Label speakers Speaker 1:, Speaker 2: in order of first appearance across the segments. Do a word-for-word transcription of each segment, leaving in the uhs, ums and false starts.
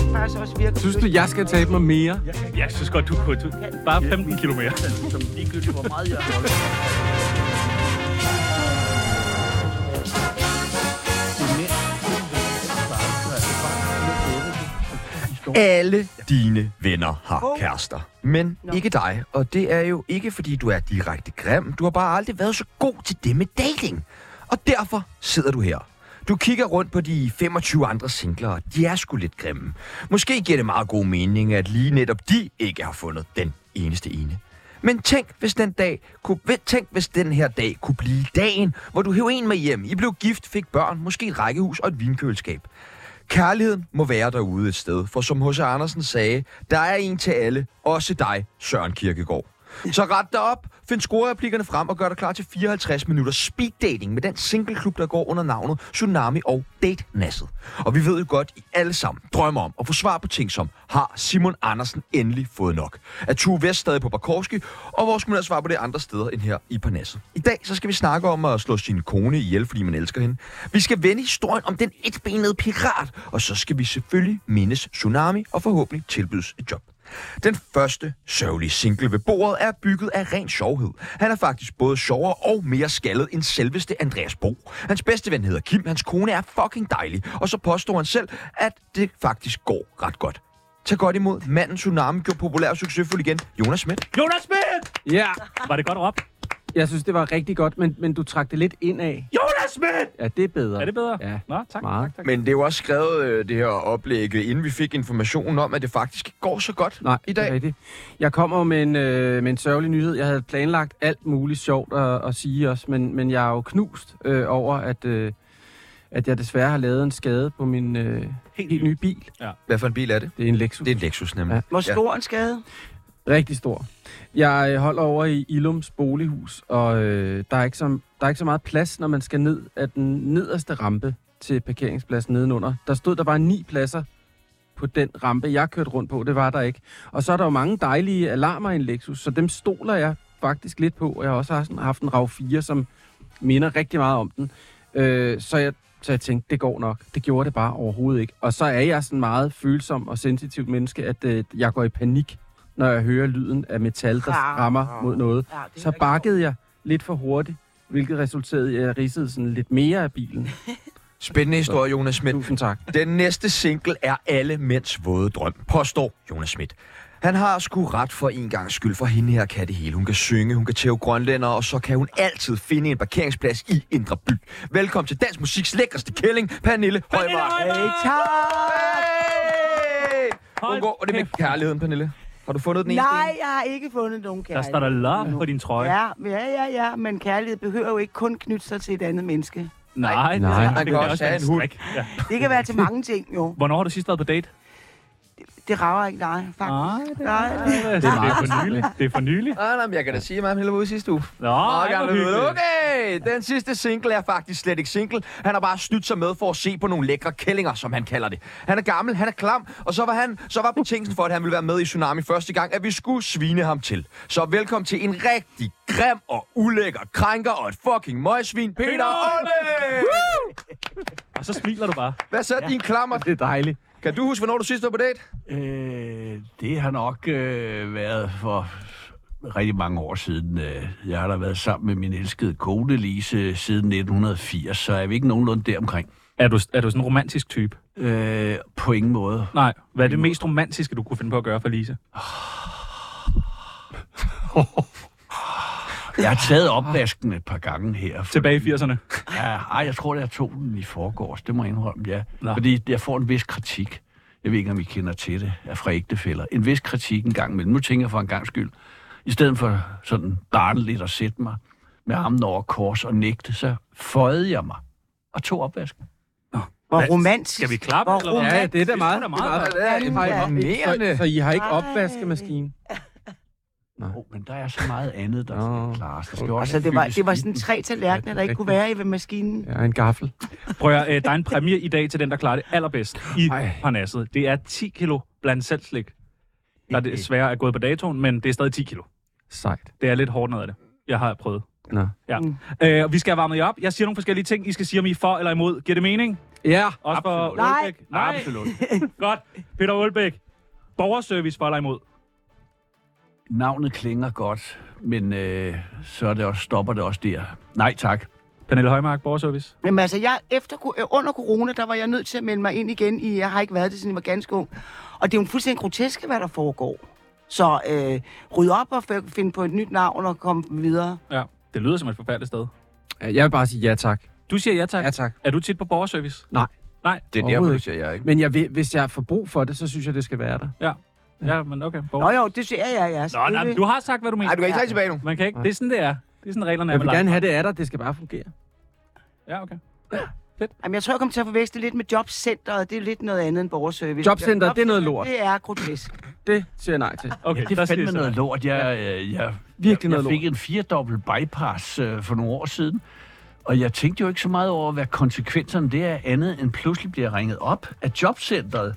Speaker 1: faktisk også virker...
Speaker 2: Synes du, jeg skal tabe mig mere?
Speaker 3: Jeg synes godt, du kunne. Bare femten kilo mere.
Speaker 4: Som ligegyldigt, hvor meget jeg holder.
Speaker 5: Alle dine venner har kærester, men ikke dig. Og det er jo ikke, fordi du er direkte grim. Du har bare aldrig været så god til det med dating. Og derfor sidder du her. Du kigger rundt på de femogtyve andre singler, og de er sgu lidt grimme. Måske giver det meget god mening, at lige netop de ikke har fundet den eneste ene. Men tænk, hvis den dag kunne, tænk, hvis den her dag kunne blive dagen, hvor du hæv en med hjem. I blev gift, fik børn, måske et rækkehus og et vinkøleskab. Kærligheden må være derude et sted, for som H C Andersen sagde, der er en til alle, også dig, Søren Kierkegaard. Så ret dig op, find scorereplikkerne frem og gør dig klar til fireoghalvtreds minutter speed dating med den singleklub, der går under navnet Tsunami og Date Nasset. Og vi ved jo godt, I alle sammen drømmer om at få svar på ting som, har Simon Andersen endelig fået nok? Er Tue West stadig på Barkowski? Og hvor skulle man have svar på det andre steder end her i Parnasset? I dag så skal vi snakke om at slå sin kone ihjel, fordi man elsker hende. Vi skal vende historien om den etbenede pirat, og så skal vi selvfølgelig mindes Tsunami og forhåbentlig tilbydes et job. Den første sørgelige single ved bordet er bygget af ren sjovhed. Han er faktisk både sjovere og mere skaldet end selveste Andreas Bo. Hans bedste ven hedder Kim, hans kone er fucking dejlig, og så påstår han selv, at det faktisk går ret godt. Tag godt imod manden Tsunami gjorde populær og succesfuld igen, Jonas Schmidt.
Speaker 3: Jonas Schmidt!
Speaker 2: Ja,
Speaker 3: Var det godt råbt?
Speaker 2: jeg synes, det var rigtig godt, men, men du trak det lidt ind af.
Speaker 3: Jonas Schmidt!
Speaker 2: Ja, det er bedre.
Speaker 3: Er det bedre?
Speaker 2: Ja,
Speaker 3: Nå, tak.
Speaker 2: meget.
Speaker 3: tak, tak.
Speaker 5: Men det er jo også skrevet, øh, det her oplæg, inden vi fik informationen om, at det faktisk ikke går så godt
Speaker 2: Nej,
Speaker 5: i
Speaker 2: det er
Speaker 5: dag.
Speaker 2: rigtigt. Jeg kommer med en, øh, med en sørgelig nyhed. Jeg havde planlagt alt muligt sjovt at, at sige også, men, men jeg er jo knust øh, over, at, øh, at jeg desværre har lavet en skade på min øh, helt, helt nye bil.
Speaker 5: Hvad for en bil er det?
Speaker 2: Det er en Lexus.
Speaker 5: Det er en Lexus, nemlig.
Speaker 2: Ja.
Speaker 1: Hvor stor en skade?
Speaker 2: Rigtig stor. Jeg øh, holder over i Ilums bolighus, og øh, der, er ikke så, der er ikke så meget plads, når man skal ned af den nederste rampe til parkeringspladsen nedenunder. Der stod der bare ni pladser på den rampe, jeg kørte rundt på. Det var der ikke. Og så er der jo mange dejlige alarmer i en Lexus, så dem stoler jeg faktisk lidt på. Jeg har også haft en, haft en RAV fire, som minder rigtig meget om den. Øh, så, jeg, så jeg tænkte, det går nok. Det gjorde det bare overhovedet ikke. Og så er jeg sådan meget følsom og sensitiv menneske, at øh, jeg går i panik, når jeg hører lyden af metal, der rammer mod noget.
Speaker 1: Ja,
Speaker 2: Så bakkede jeg lidt for hurtigt, hvilket resulterede i, at jeg ridsede sådan lidt mere af bilen.
Speaker 5: Spændende historie, Jonas Schmidt.
Speaker 2: Tusind tak.
Speaker 5: Den næste single er alle mænds våde drøm, påstår Jonas Schmidt. Han har sgu ret for en gang skyld, for hende her kan det hele. Hun kan synge, hun kan tæve grønlænder, og så kan hun altid finde en parkeringsplads i Indre By. Velkommen til dansk musiks lækreste kælling, Pernille Højmark.
Speaker 1: Hey, tak!
Speaker 5: Hey! Hun går, og det med kærligheden, Pernille. Har du fundet den ene?
Speaker 1: Nej, jeg har ikke fundet nogen
Speaker 3: Der
Speaker 1: kærlighed.
Speaker 3: står der love på din trøje.
Speaker 1: Ja, ja, ja, ja, men kærlighed behøver jo ikke kun knytte sig til et andet menneske.
Speaker 3: Nej,
Speaker 2: Nej.
Speaker 3: det,
Speaker 5: Man kan også have en hund.
Speaker 3: Ja.
Speaker 1: Det kan være til mange ting, jo.
Speaker 3: Hvornår har du sidst været på date?
Speaker 1: Det rager ikke dig, faktisk.
Speaker 3: Nej,
Speaker 1: Nej,
Speaker 3: det, det, det er for nylig. Det er for nylig.
Speaker 5: Ah, nej, men jeg kan da sige, at Pernille var ude sidste uge.
Speaker 3: Nå,
Speaker 5: Meget
Speaker 3: ej,
Speaker 5: gerne
Speaker 3: hvor
Speaker 5: vil vide.
Speaker 3: hyggeligt.
Speaker 5: Okay, den sidste single er faktisk slet ikke single. Han har bare snydt sig med for at se på nogle lækre kællinger, som han kalder det. Han er gammel, han er klam, og så var, han, så var betingelsen for, at han ville være med i Tsunami første gang, at vi skulle svine ham til. Så velkommen til en rigtig grim og ulækker krænker og et fucking møgsvin, Peter Olme!
Speaker 3: Og så smiler du bare.
Speaker 5: Hvad så, din klammer?
Speaker 2: Det er dejligt.
Speaker 5: Kan du huske, hvornår du sidst var på date?
Speaker 4: Øh, det har nok øh, været for rigtig mange år siden. Jeg har da været sammen med min elskede kone Lise siden nitten firs, så er vi ikke nogenlunde deromkring.
Speaker 3: Er du, er du sådan en romantisk type?
Speaker 4: Øh, på ingen måde.
Speaker 3: Nej. Hvad er det mest romantiske, du kunne finde på at gøre for Lise?
Speaker 4: Jeg har taget opvasken et par gange her. Fordi,
Speaker 3: Tilbage i firserne?
Speaker 4: Ja, ej, jeg tror, jeg tog den i forgårs. Det må jeg indrømme, ja.
Speaker 3: Nå.
Speaker 4: Fordi jeg får en vis kritik. Jeg ved ikke, om I kender til det, af fra ægtefæller. En vis kritik en gang imellem. Nu tænker jeg for en gang skyld. I stedet for sådan barnligt at sætte mig med armen over kors og nægte, så føjede jeg mig og tog opvasken.
Speaker 1: Hvor
Speaker 3: Hvad?
Speaker 1: romantisk.
Speaker 3: Skal vi klappe,
Speaker 1: Hvor
Speaker 3: eller hvad?
Speaker 2: Ja, det er da meget.
Speaker 3: Det er meget.
Speaker 2: Det er
Speaker 5: Det er
Speaker 2: meget.
Speaker 5: imponerende.
Speaker 2: Så, så I har ikke
Speaker 1: Ej.
Speaker 2: opvaskemaskine?
Speaker 4: Oh, men der er så meget andet, der
Speaker 2: Nå.
Speaker 4: skal klares. Der skal også
Speaker 1: Altså, det var,
Speaker 4: fyldes
Speaker 1: det var
Speaker 4: i
Speaker 1: sådan
Speaker 4: den.
Speaker 1: tre tallerkener, der ikke kunne være i ved maskinen.
Speaker 2: Ja, en gaffel.
Speaker 3: Prøv at, øh, der er en præmie i dag til den, der klarer det allerbedst i
Speaker 2: Ej.
Speaker 3: Parnasset. Det er ti kilo blandt selv slik. Der er desværre er gået på datoen, men det er stadig ti kilo.
Speaker 2: Sejt.
Speaker 3: Det er lidt hårdt noget af det. Jeg har prøvet.
Speaker 2: Nå.
Speaker 3: Ja. Øh, og vi skal have varmet jer op. Jeg siger nogle forskellige ting. I skal sige, om I er for eller imod. Giver det mening?
Speaker 2: Ja.
Speaker 3: Også for
Speaker 4: Absolut.
Speaker 1: Nej.
Speaker 3: Aalbæk? Nej.
Speaker 4: Absolut.
Speaker 3: Godt. Peter Aalbæk. Borgerservice for dig imod.
Speaker 4: Navnet klinger godt, men øh, så er det også, stopper det også der. Nej, tak.
Speaker 3: Pernille Højmark, Borgerservice.
Speaker 1: Jamen altså, jeg, efter, øh, under corona, der var jeg nødt til at melde mig ind igen i, jeg har ikke været det, siden jeg var ganske ung. Og det er jo fuldstændig grotesk, hvad der foregår. Så øh, ryd op og f- finde på et nyt navn og komme videre.
Speaker 3: Ja, det lyder som et forfærdeligt sted.
Speaker 2: Jeg vil bare sige ja tak.
Speaker 3: Du siger ja tak.
Speaker 2: Ja tak.
Speaker 3: Er du tit på Borgerservice?
Speaker 2: Nej.
Speaker 3: Nej.
Speaker 5: Det er
Speaker 2: Overhovedet
Speaker 5: derfor, du
Speaker 2: ikke.
Speaker 5: siger jeg ikke.
Speaker 2: Men jeg vil, hvis jeg får brug for det, så synes jeg, det skal være der.
Speaker 3: Ja. Ja, men okay.
Speaker 1: Nå jo, det siger jeg, ja.
Speaker 3: Nå, nej, du har sagt, hvad du mener.
Speaker 5: Nej, du kan ikke tage tilbage nu.
Speaker 3: Man kan ikke. Det er sådan, det er. Det er sådan, reglerne er.
Speaker 2: Jeg vil
Speaker 3: med
Speaker 2: gerne
Speaker 3: live.
Speaker 2: have det af dig, det skal bare fungere.
Speaker 3: Ja, okay.
Speaker 1: Jamen, jeg tror, jeg kommer til at forveksle lidt med jobcenteret. Det er lidt noget andet end borgerservice.
Speaker 2: Jobcenteret, det er noget lort.
Speaker 1: Det er grotesk.
Speaker 2: Det siger jeg nej til.
Speaker 3: Okay,
Speaker 4: Det
Speaker 3: der
Speaker 4: er
Speaker 3: siger
Speaker 4: fandme
Speaker 3: jeg
Speaker 4: noget
Speaker 3: så.
Speaker 4: lort. Jeg, jeg, jeg,
Speaker 2: Virkelig
Speaker 4: jeg
Speaker 2: noget
Speaker 4: fik en firedobbelt bypass øh, for nogle år siden, og jeg tænkte jo ikke så meget over, hvad konsekvenserne det er andet, end pludselig bliver ringet op af jobcentret,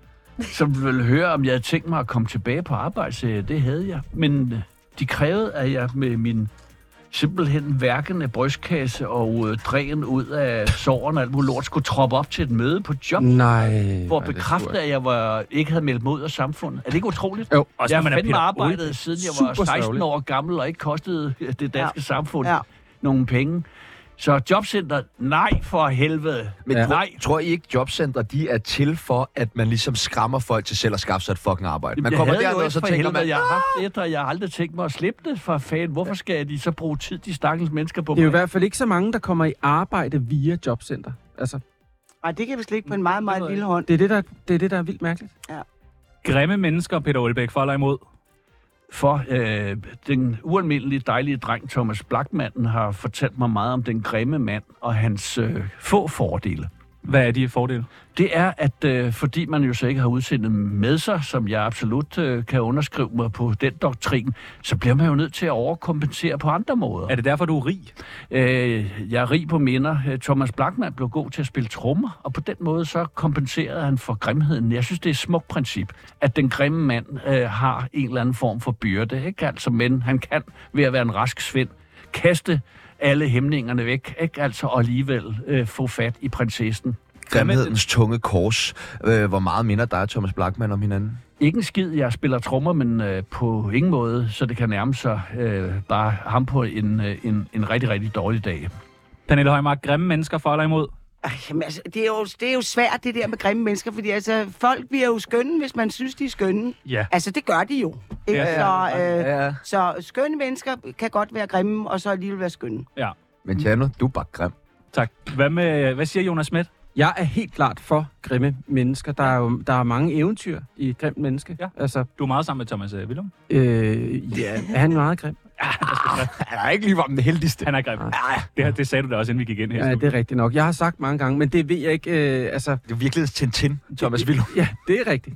Speaker 4: som ville høre, om jeg havde tænkt mig at komme tilbage på arbejde. Så det havde jeg. Men øh, de krævede, at jeg med min simpelthen værkende brystkasse og øh, dræn ud af sårene og alt muligt lort skulle troppe op til et møde på job,
Speaker 2: Nej.
Speaker 4: for at
Speaker 2: Nej, det er
Speaker 4: bekræfte,
Speaker 2: surt.
Speaker 4: at jeg var, ikke havde meldt mig ud af samfundet. Er det ikke utroligt?
Speaker 2: Jo.
Speaker 3: Også
Speaker 4: Jeg
Speaker 3: når man
Speaker 4: har
Speaker 3: er
Speaker 4: fandme
Speaker 3: Peter
Speaker 4: arbejdet,
Speaker 3: Aalbæk.
Speaker 4: siden jeg var
Speaker 2: Super
Speaker 4: seksten
Speaker 2: sørgeligt.
Speaker 4: år gammel og ikke kostede det danske
Speaker 1: Ja.
Speaker 4: samfund
Speaker 1: Ja.
Speaker 4: nogle penge. Så jobcenter, nej for helvede.
Speaker 5: Men
Speaker 2: Ja.
Speaker 5: ja. tror, tror I ikke, jobcentre, de er til for, at man ligesom skræmmer folk til selv at skaffe sig et fucking arbejde? Man
Speaker 4: jeg
Speaker 5: kommer
Speaker 4: havde jo
Speaker 5: derned, og
Speaker 4: ikke
Speaker 5: så
Speaker 4: for
Speaker 5: tænker
Speaker 4: helvede,
Speaker 5: man,
Speaker 4: jeg har haft et, og jeg har aldrig tænkt mig at slippe det for fan. Hvorfor skal de så bruge tid, de stakkels mennesker på
Speaker 2: Det er jo i
Speaker 4: mig?
Speaker 2: hvert fald ikke så mange, der kommer i arbejde via jobcenter. Altså,
Speaker 1: Nej, det kan vi slet ikke på en meget, meget lille hånd.
Speaker 2: det er det, der, det er, det, der er vildt mærkeligt.
Speaker 3: Grimme mennesker, Peter Aalbæk, for eller imod.
Speaker 4: For øh, den ualmindelige dejlige dreng Thomas Blachman har fortalt mig meget om den grimme mand og hans øh, få fordele.
Speaker 3: Hvad er de fordele?
Speaker 4: Det er, at øh, fordi man jo så ikke har udsendt med sig, som jeg absolut øh, kan underskrive mig på den doktrin, så bliver man jo nødt til at overkompensere på andre måder.
Speaker 3: Er det derfor, du er rig?
Speaker 4: Øh, jeg er rig på minder. Øh, Thomas Blachman blev god til at spille trommer, og på den måde så kompenserede han for grimheden. Jeg synes, det er et smukt princip, at den grimme mand øh, har en eller anden form for byrde. Ikke? Altså, men han kan ved at være en rask svend kaste alle hæmningerne væk, ikke? Altså, og alligevel øh, få fat i prinsessen.
Speaker 5: grimhedens tunge kors. Øh, hvor meget minder dig, Thomas Blachman, om hinanden?
Speaker 4: Ikke en skid, jeg spiller trommer, men øh, på ingen måde, så det kan nærme sig øh, bare ham på en, øh, en, en rigtig, rigtig dårlig dag.
Speaker 3: Pernille Højmark, grimme mennesker, for eller imod?
Speaker 1: Ej, jamen, altså, det, er jo, det er jo svært, det der med grimme mennesker, fordi altså, folk bliver jo skønne, hvis man synes, de er skønne.
Speaker 3: Ja.
Speaker 1: Altså, det gør de jo. Ikke?
Speaker 3: Ja,
Speaker 1: Så, øh,
Speaker 5: Ja.
Speaker 1: så skønne mennesker kan godt være grimme, og så alligevel være skønne.
Speaker 3: Ja,
Speaker 5: Men Tjano, du er bare grim.
Speaker 3: tak. Hvad, med, hvad siger Jonas Schmidt?
Speaker 2: Jeg er helt klart for grimme mennesker. Der er jo der er mange eventyr i et grimt menneske.
Speaker 3: Ja.
Speaker 2: Altså,
Speaker 3: Du er meget sammen med Thomas øh, Willum.
Speaker 2: øh, ja, er han meget grim?
Speaker 5: Han er ikke ligefrem den heldigste.
Speaker 3: Han er grim. Det, her- det sagde du da også, inden vi gik ind her. i
Speaker 2: Ja, det
Speaker 3: studiet.
Speaker 2: er rigtigt nok. Jeg har sagt mange gange, men det ved jeg ikke. Øh, altså,
Speaker 5: Det er virkelig Tintin, Thomas Willum.
Speaker 2: ja, det er rigtigt.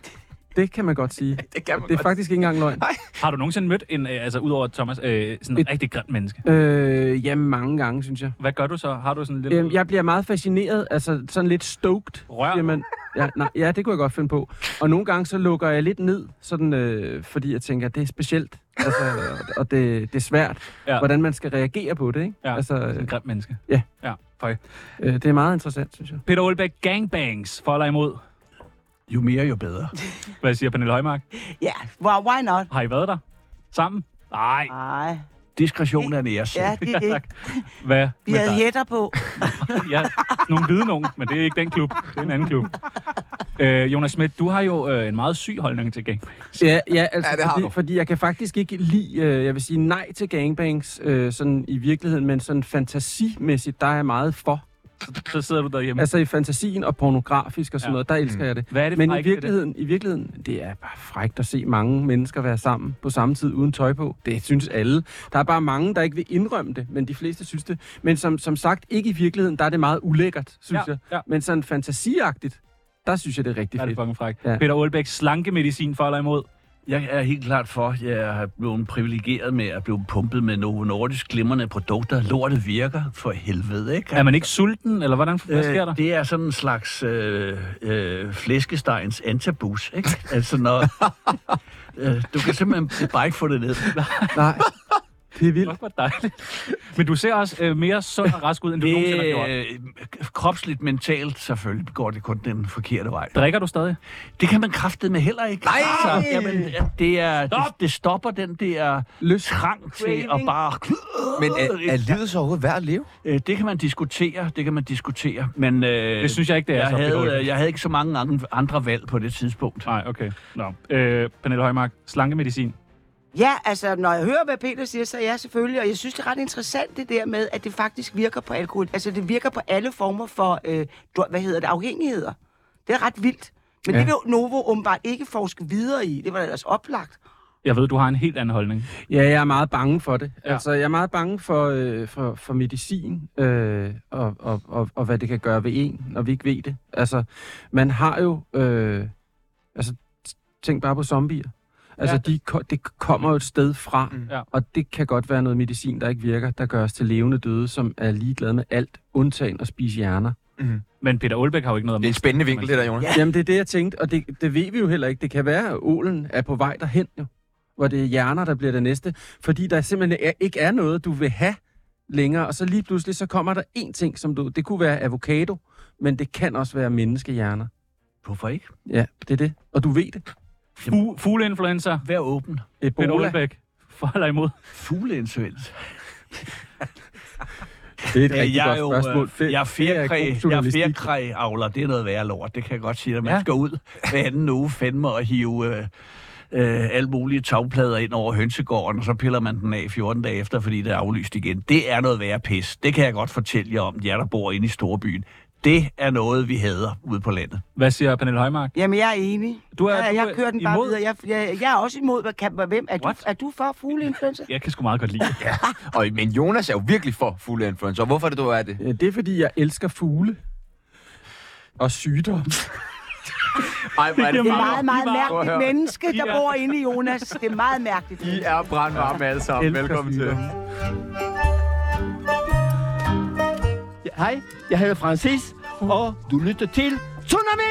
Speaker 2: Det kan man godt sige.
Speaker 5: Det kan man
Speaker 2: Det er faktisk ikke engang løgn.
Speaker 3: Har du nogensinde mødt en, øh, altså udover Thomas, øh, sådan en
Speaker 2: Et-
Speaker 3: rigtig grimt menneske?
Speaker 2: Øh, ja, mange gange, synes jeg.
Speaker 3: Hvad gør du så? Har du sådan lidt...
Speaker 2: Øhm, jeg bliver meget fascineret, altså sådan lidt stoked.
Speaker 3: Rør?
Speaker 2: Siger man. Ja, nej, ja, det kunne jeg godt finde på. Og nogle gange så lukker jeg lidt ned, sådan, øh, fordi jeg tænker, det er specielt. Altså, og det, det er svært,
Speaker 3: Ja.
Speaker 2: ja. hvordan man skal reagere på det. Ikke?
Speaker 3: Ja,
Speaker 2: altså,
Speaker 3: sådan en
Speaker 2: øh,
Speaker 3: grim menneske.
Speaker 2: Ja.
Speaker 3: Ja, føj.
Speaker 2: øh, det er meget interessant, synes jeg.
Speaker 3: Peter Aalbæk, gangbangs, for eller imod?
Speaker 4: Jo mere, jo bedre.
Speaker 3: Hvad siger Pernille Højmark?
Speaker 1: Ja, well, why not?
Speaker 3: Har I været der? Sammen? Nej.
Speaker 1: Nej,
Speaker 4: Diskretion er en æresag.
Speaker 1: ja, det er det.
Speaker 3: Hvad
Speaker 1: Vi
Speaker 3: med
Speaker 1: havde
Speaker 3: dig?
Speaker 1: hætter på.
Speaker 3: Ja, nogle hvide nogen, men det er ikke den klub. Det er en anden klub. Øh, Jonas Schmidt, du har jo øh, en meget syg holdning til gangbangs.
Speaker 2: Ja, ja, altså,
Speaker 5: Ja, det har
Speaker 2: fordi,
Speaker 5: du.
Speaker 2: fordi jeg kan faktisk ikke lide, øh, jeg vil sige nej til gangbangs øh, sådan i virkeligheden, men sådan fantasimæssigt, der er jeg meget for.
Speaker 3: Så sidder du derhjemme.
Speaker 2: Altså i fantasien og pornografisk og sådan
Speaker 3: Ja.
Speaker 2: ja. noget, der elsker jeg det.
Speaker 3: Hvad er det
Speaker 2: Men i
Speaker 3: frække ved det?
Speaker 2: virkeligheden, i virkeligheden, det er bare frækt at se mange mennesker være sammen på samme tid uden tøj på. Det synes alle. Der er bare mange, der ikke vil indrømme det, men de fleste synes det. Men som, som sagt, ikke i virkeligheden, der er det meget ulækkert, synes
Speaker 3: Ja,
Speaker 2: jeg.
Speaker 3: ja.
Speaker 2: Men sådan fantasiagtigt, der synes jeg, det er rigtig
Speaker 3: Er det
Speaker 2: fedt.
Speaker 3: fucking fræk.
Speaker 2: Ja.
Speaker 3: Peter Aalbæk, slankemedicin, for eller imod?
Speaker 4: Jeg er helt klart for, jeg er blevet privilegeret med at blive pumpet med Novo Nordisk glimrende produkter. Lortet virker for helvede, ikke?
Speaker 3: Er man ikke sulten, eller hvordan hvad sker der?
Speaker 4: Øh, det er sådan en slags øh, øh, flæskestegens antabus, ikke? Altså når... øh, du kan simpelthen bare ikke få det ned.
Speaker 2: Nej. Det er vildt.
Speaker 3: Hvor dejligt. Men du ser også øh, mere sund og rask ud, end du nogensinde har gjort.
Speaker 4: Det, øh, kropsligt, mentalt selvfølgelig går det kun den forkerte vej.
Speaker 3: Drikker du stadig?
Speaker 4: Det kan man kraftedeme heller ikke.
Speaker 5: Nej!
Speaker 4: Så, jamen, det, er, det, det stopper den der
Speaker 2: Lyst.
Speaker 4: trang til at bare...
Speaker 5: Men er, er livet så overhovedet værd at leve?
Speaker 4: Øh, Det kan man diskutere, det kan man diskutere, men øh,
Speaker 3: Det synes jeg ikke, det er
Speaker 4: jeg,
Speaker 3: så
Speaker 4: havde,
Speaker 3: begrundet.
Speaker 4: øh, jeg havde ikke så mange andre- andre valg på det tidspunkt.
Speaker 3: Nej, okay. Nå. Øh, Pernille Højmark, slankemedicin.
Speaker 1: Ja, altså, når jeg hører, hvad Peter siger, så er jeg selvfølgelig, og jeg synes, det er ret interessant det der med, at det faktisk virker på alkohol. Altså, det virker på alle former for, øh, dr- hvad hedder det, afhængigheder. Det er ret vildt. Men
Speaker 2: Ja.
Speaker 1: ja. det vil Novo åbenbart ikke forske videre i. Det var ellers oplagt.
Speaker 3: Jeg ved, du har en helt anden holdning.
Speaker 2: Ja, jeg er meget bange for det.
Speaker 3: Ja.
Speaker 2: Ja. Altså, jeg er meget bange for, øh, for, for medicin, øh, og, og, og, og hvad det kan gøre ved en, når vi ikke ved det. Altså, man har jo... Øh, altså, tænk bare på zombier. Altså,
Speaker 3: Ja.
Speaker 2: de, ko- det kommer jo et sted fra,
Speaker 5: Mm.
Speaker 3: Ja.
Speaker 2: og det kan godt være noget medicin, der ikke virker, der gør os til levende døde, som er ligeglade med alt, undtagen at spise hjerner.
Speaker 5: Mm.
Speaker 3: Men Peter Aalbæk har jo ikke noget om
Speaker 5: Det er en spændende vinkel, det der, Jonas.
Speaker 1: Ja.
Speaker 2: Jamen, det er det, jeg tænkte, og det, det ved vi jo heller ikke. Det kan være, at ålen er på vej derhen, jo, hvor det er hjerner, der bliver det næste, fordi der simpelthen er, ikke er noget, du vil have længere, og så lige pludselig, så kommer der én ting, som du... Det kunne være avocado, men det kan også være menneskehjerner.
Speaker 4: Hvorfor ikke?
Speaker 2: Ja, det er det. Og du ved det.
Speaker 3: Fu- fugleinfluenza.
Speaker 4: Vær åben.
Speaker 3: Peter
Speaker 2: Ebola.
Speaker 3: Aalbæk. For eller imod?
Speaker 4: Fugleinfluenza.
Speaker 2: Det er et rigtig
Speaker 4: jeg er
Speaker 2: godt
Speaker 4: jo,
Speaker 2: spørgsmål.
Speaker 4: øh, jeg er
Speaker 2: det er god
Speaker 4: fjerkræ, jeg er
Speaker 2: journalistik.
Speaker 4: fjerkræ-avler. Det er noget værre lort. Det kan jeg godt sige dig. Man
Speaker 3: Ja.
Speaker 4: skal ud hver anden uge fandme og hive øh, øh, alle mulige tagplader ind over hønsegården, og så piller man den af fjorten dage efter, fordi det er aflyst igen. Det er noget værre pis. Det kan jeg godt fortælle jer om, jer der bor inde i storbyen. Det er noget, vi hader ude på landet.
Speaker 3: Hvad siger Pernille Højmark?
Speaker 1: Jamen, jeg er enig.
Speaker 3: Du er-
Speaker 1: jeg,
Speaker 3: du
Speaker 1: jeg
Speaker 3: er
Speaker 1: kører den bare
Speaker 3: imod?
Speaker 1: videre. Jeg, jeg, jeg er også imod. Hvad kan, hvem? Er, du,
Speaker 3: What?
Speaker 1: er du for fugleinfluenza?
Speaker 3: Jeg kan sgu meget godt lide det.
Speaker 5: Ja. Og, men Jonas er jo virkelig for fugleinfluenza. Og hvorfor er det, du er det?
Speaker 2: Ja, det er, fordi jeg elsker fugle. Og sygdom.
Speaker 5: Ej, hvor er
Speaker 1: Det er
Speaker 3: Jamen,
Speaker 1: meget, meget
Speaker 3: I var-
Speaker 5: Prøv at
Speaker 1: mærkeligt
Speaker 5: høre.
Speaker 1: menneske, der
Speaker 3: Ja.
Speaker 1: bor inde i Jonas. Det er meget mærkeligt.
Speaker 5: I er brandvarme alle sammen.
Speaker 2: Elsker
Speaker 5: Velkommen til.
Speaker 2: sygdom.
Speaker 6: Hej, jeg hedder Francis, og du lytter til Tsunami!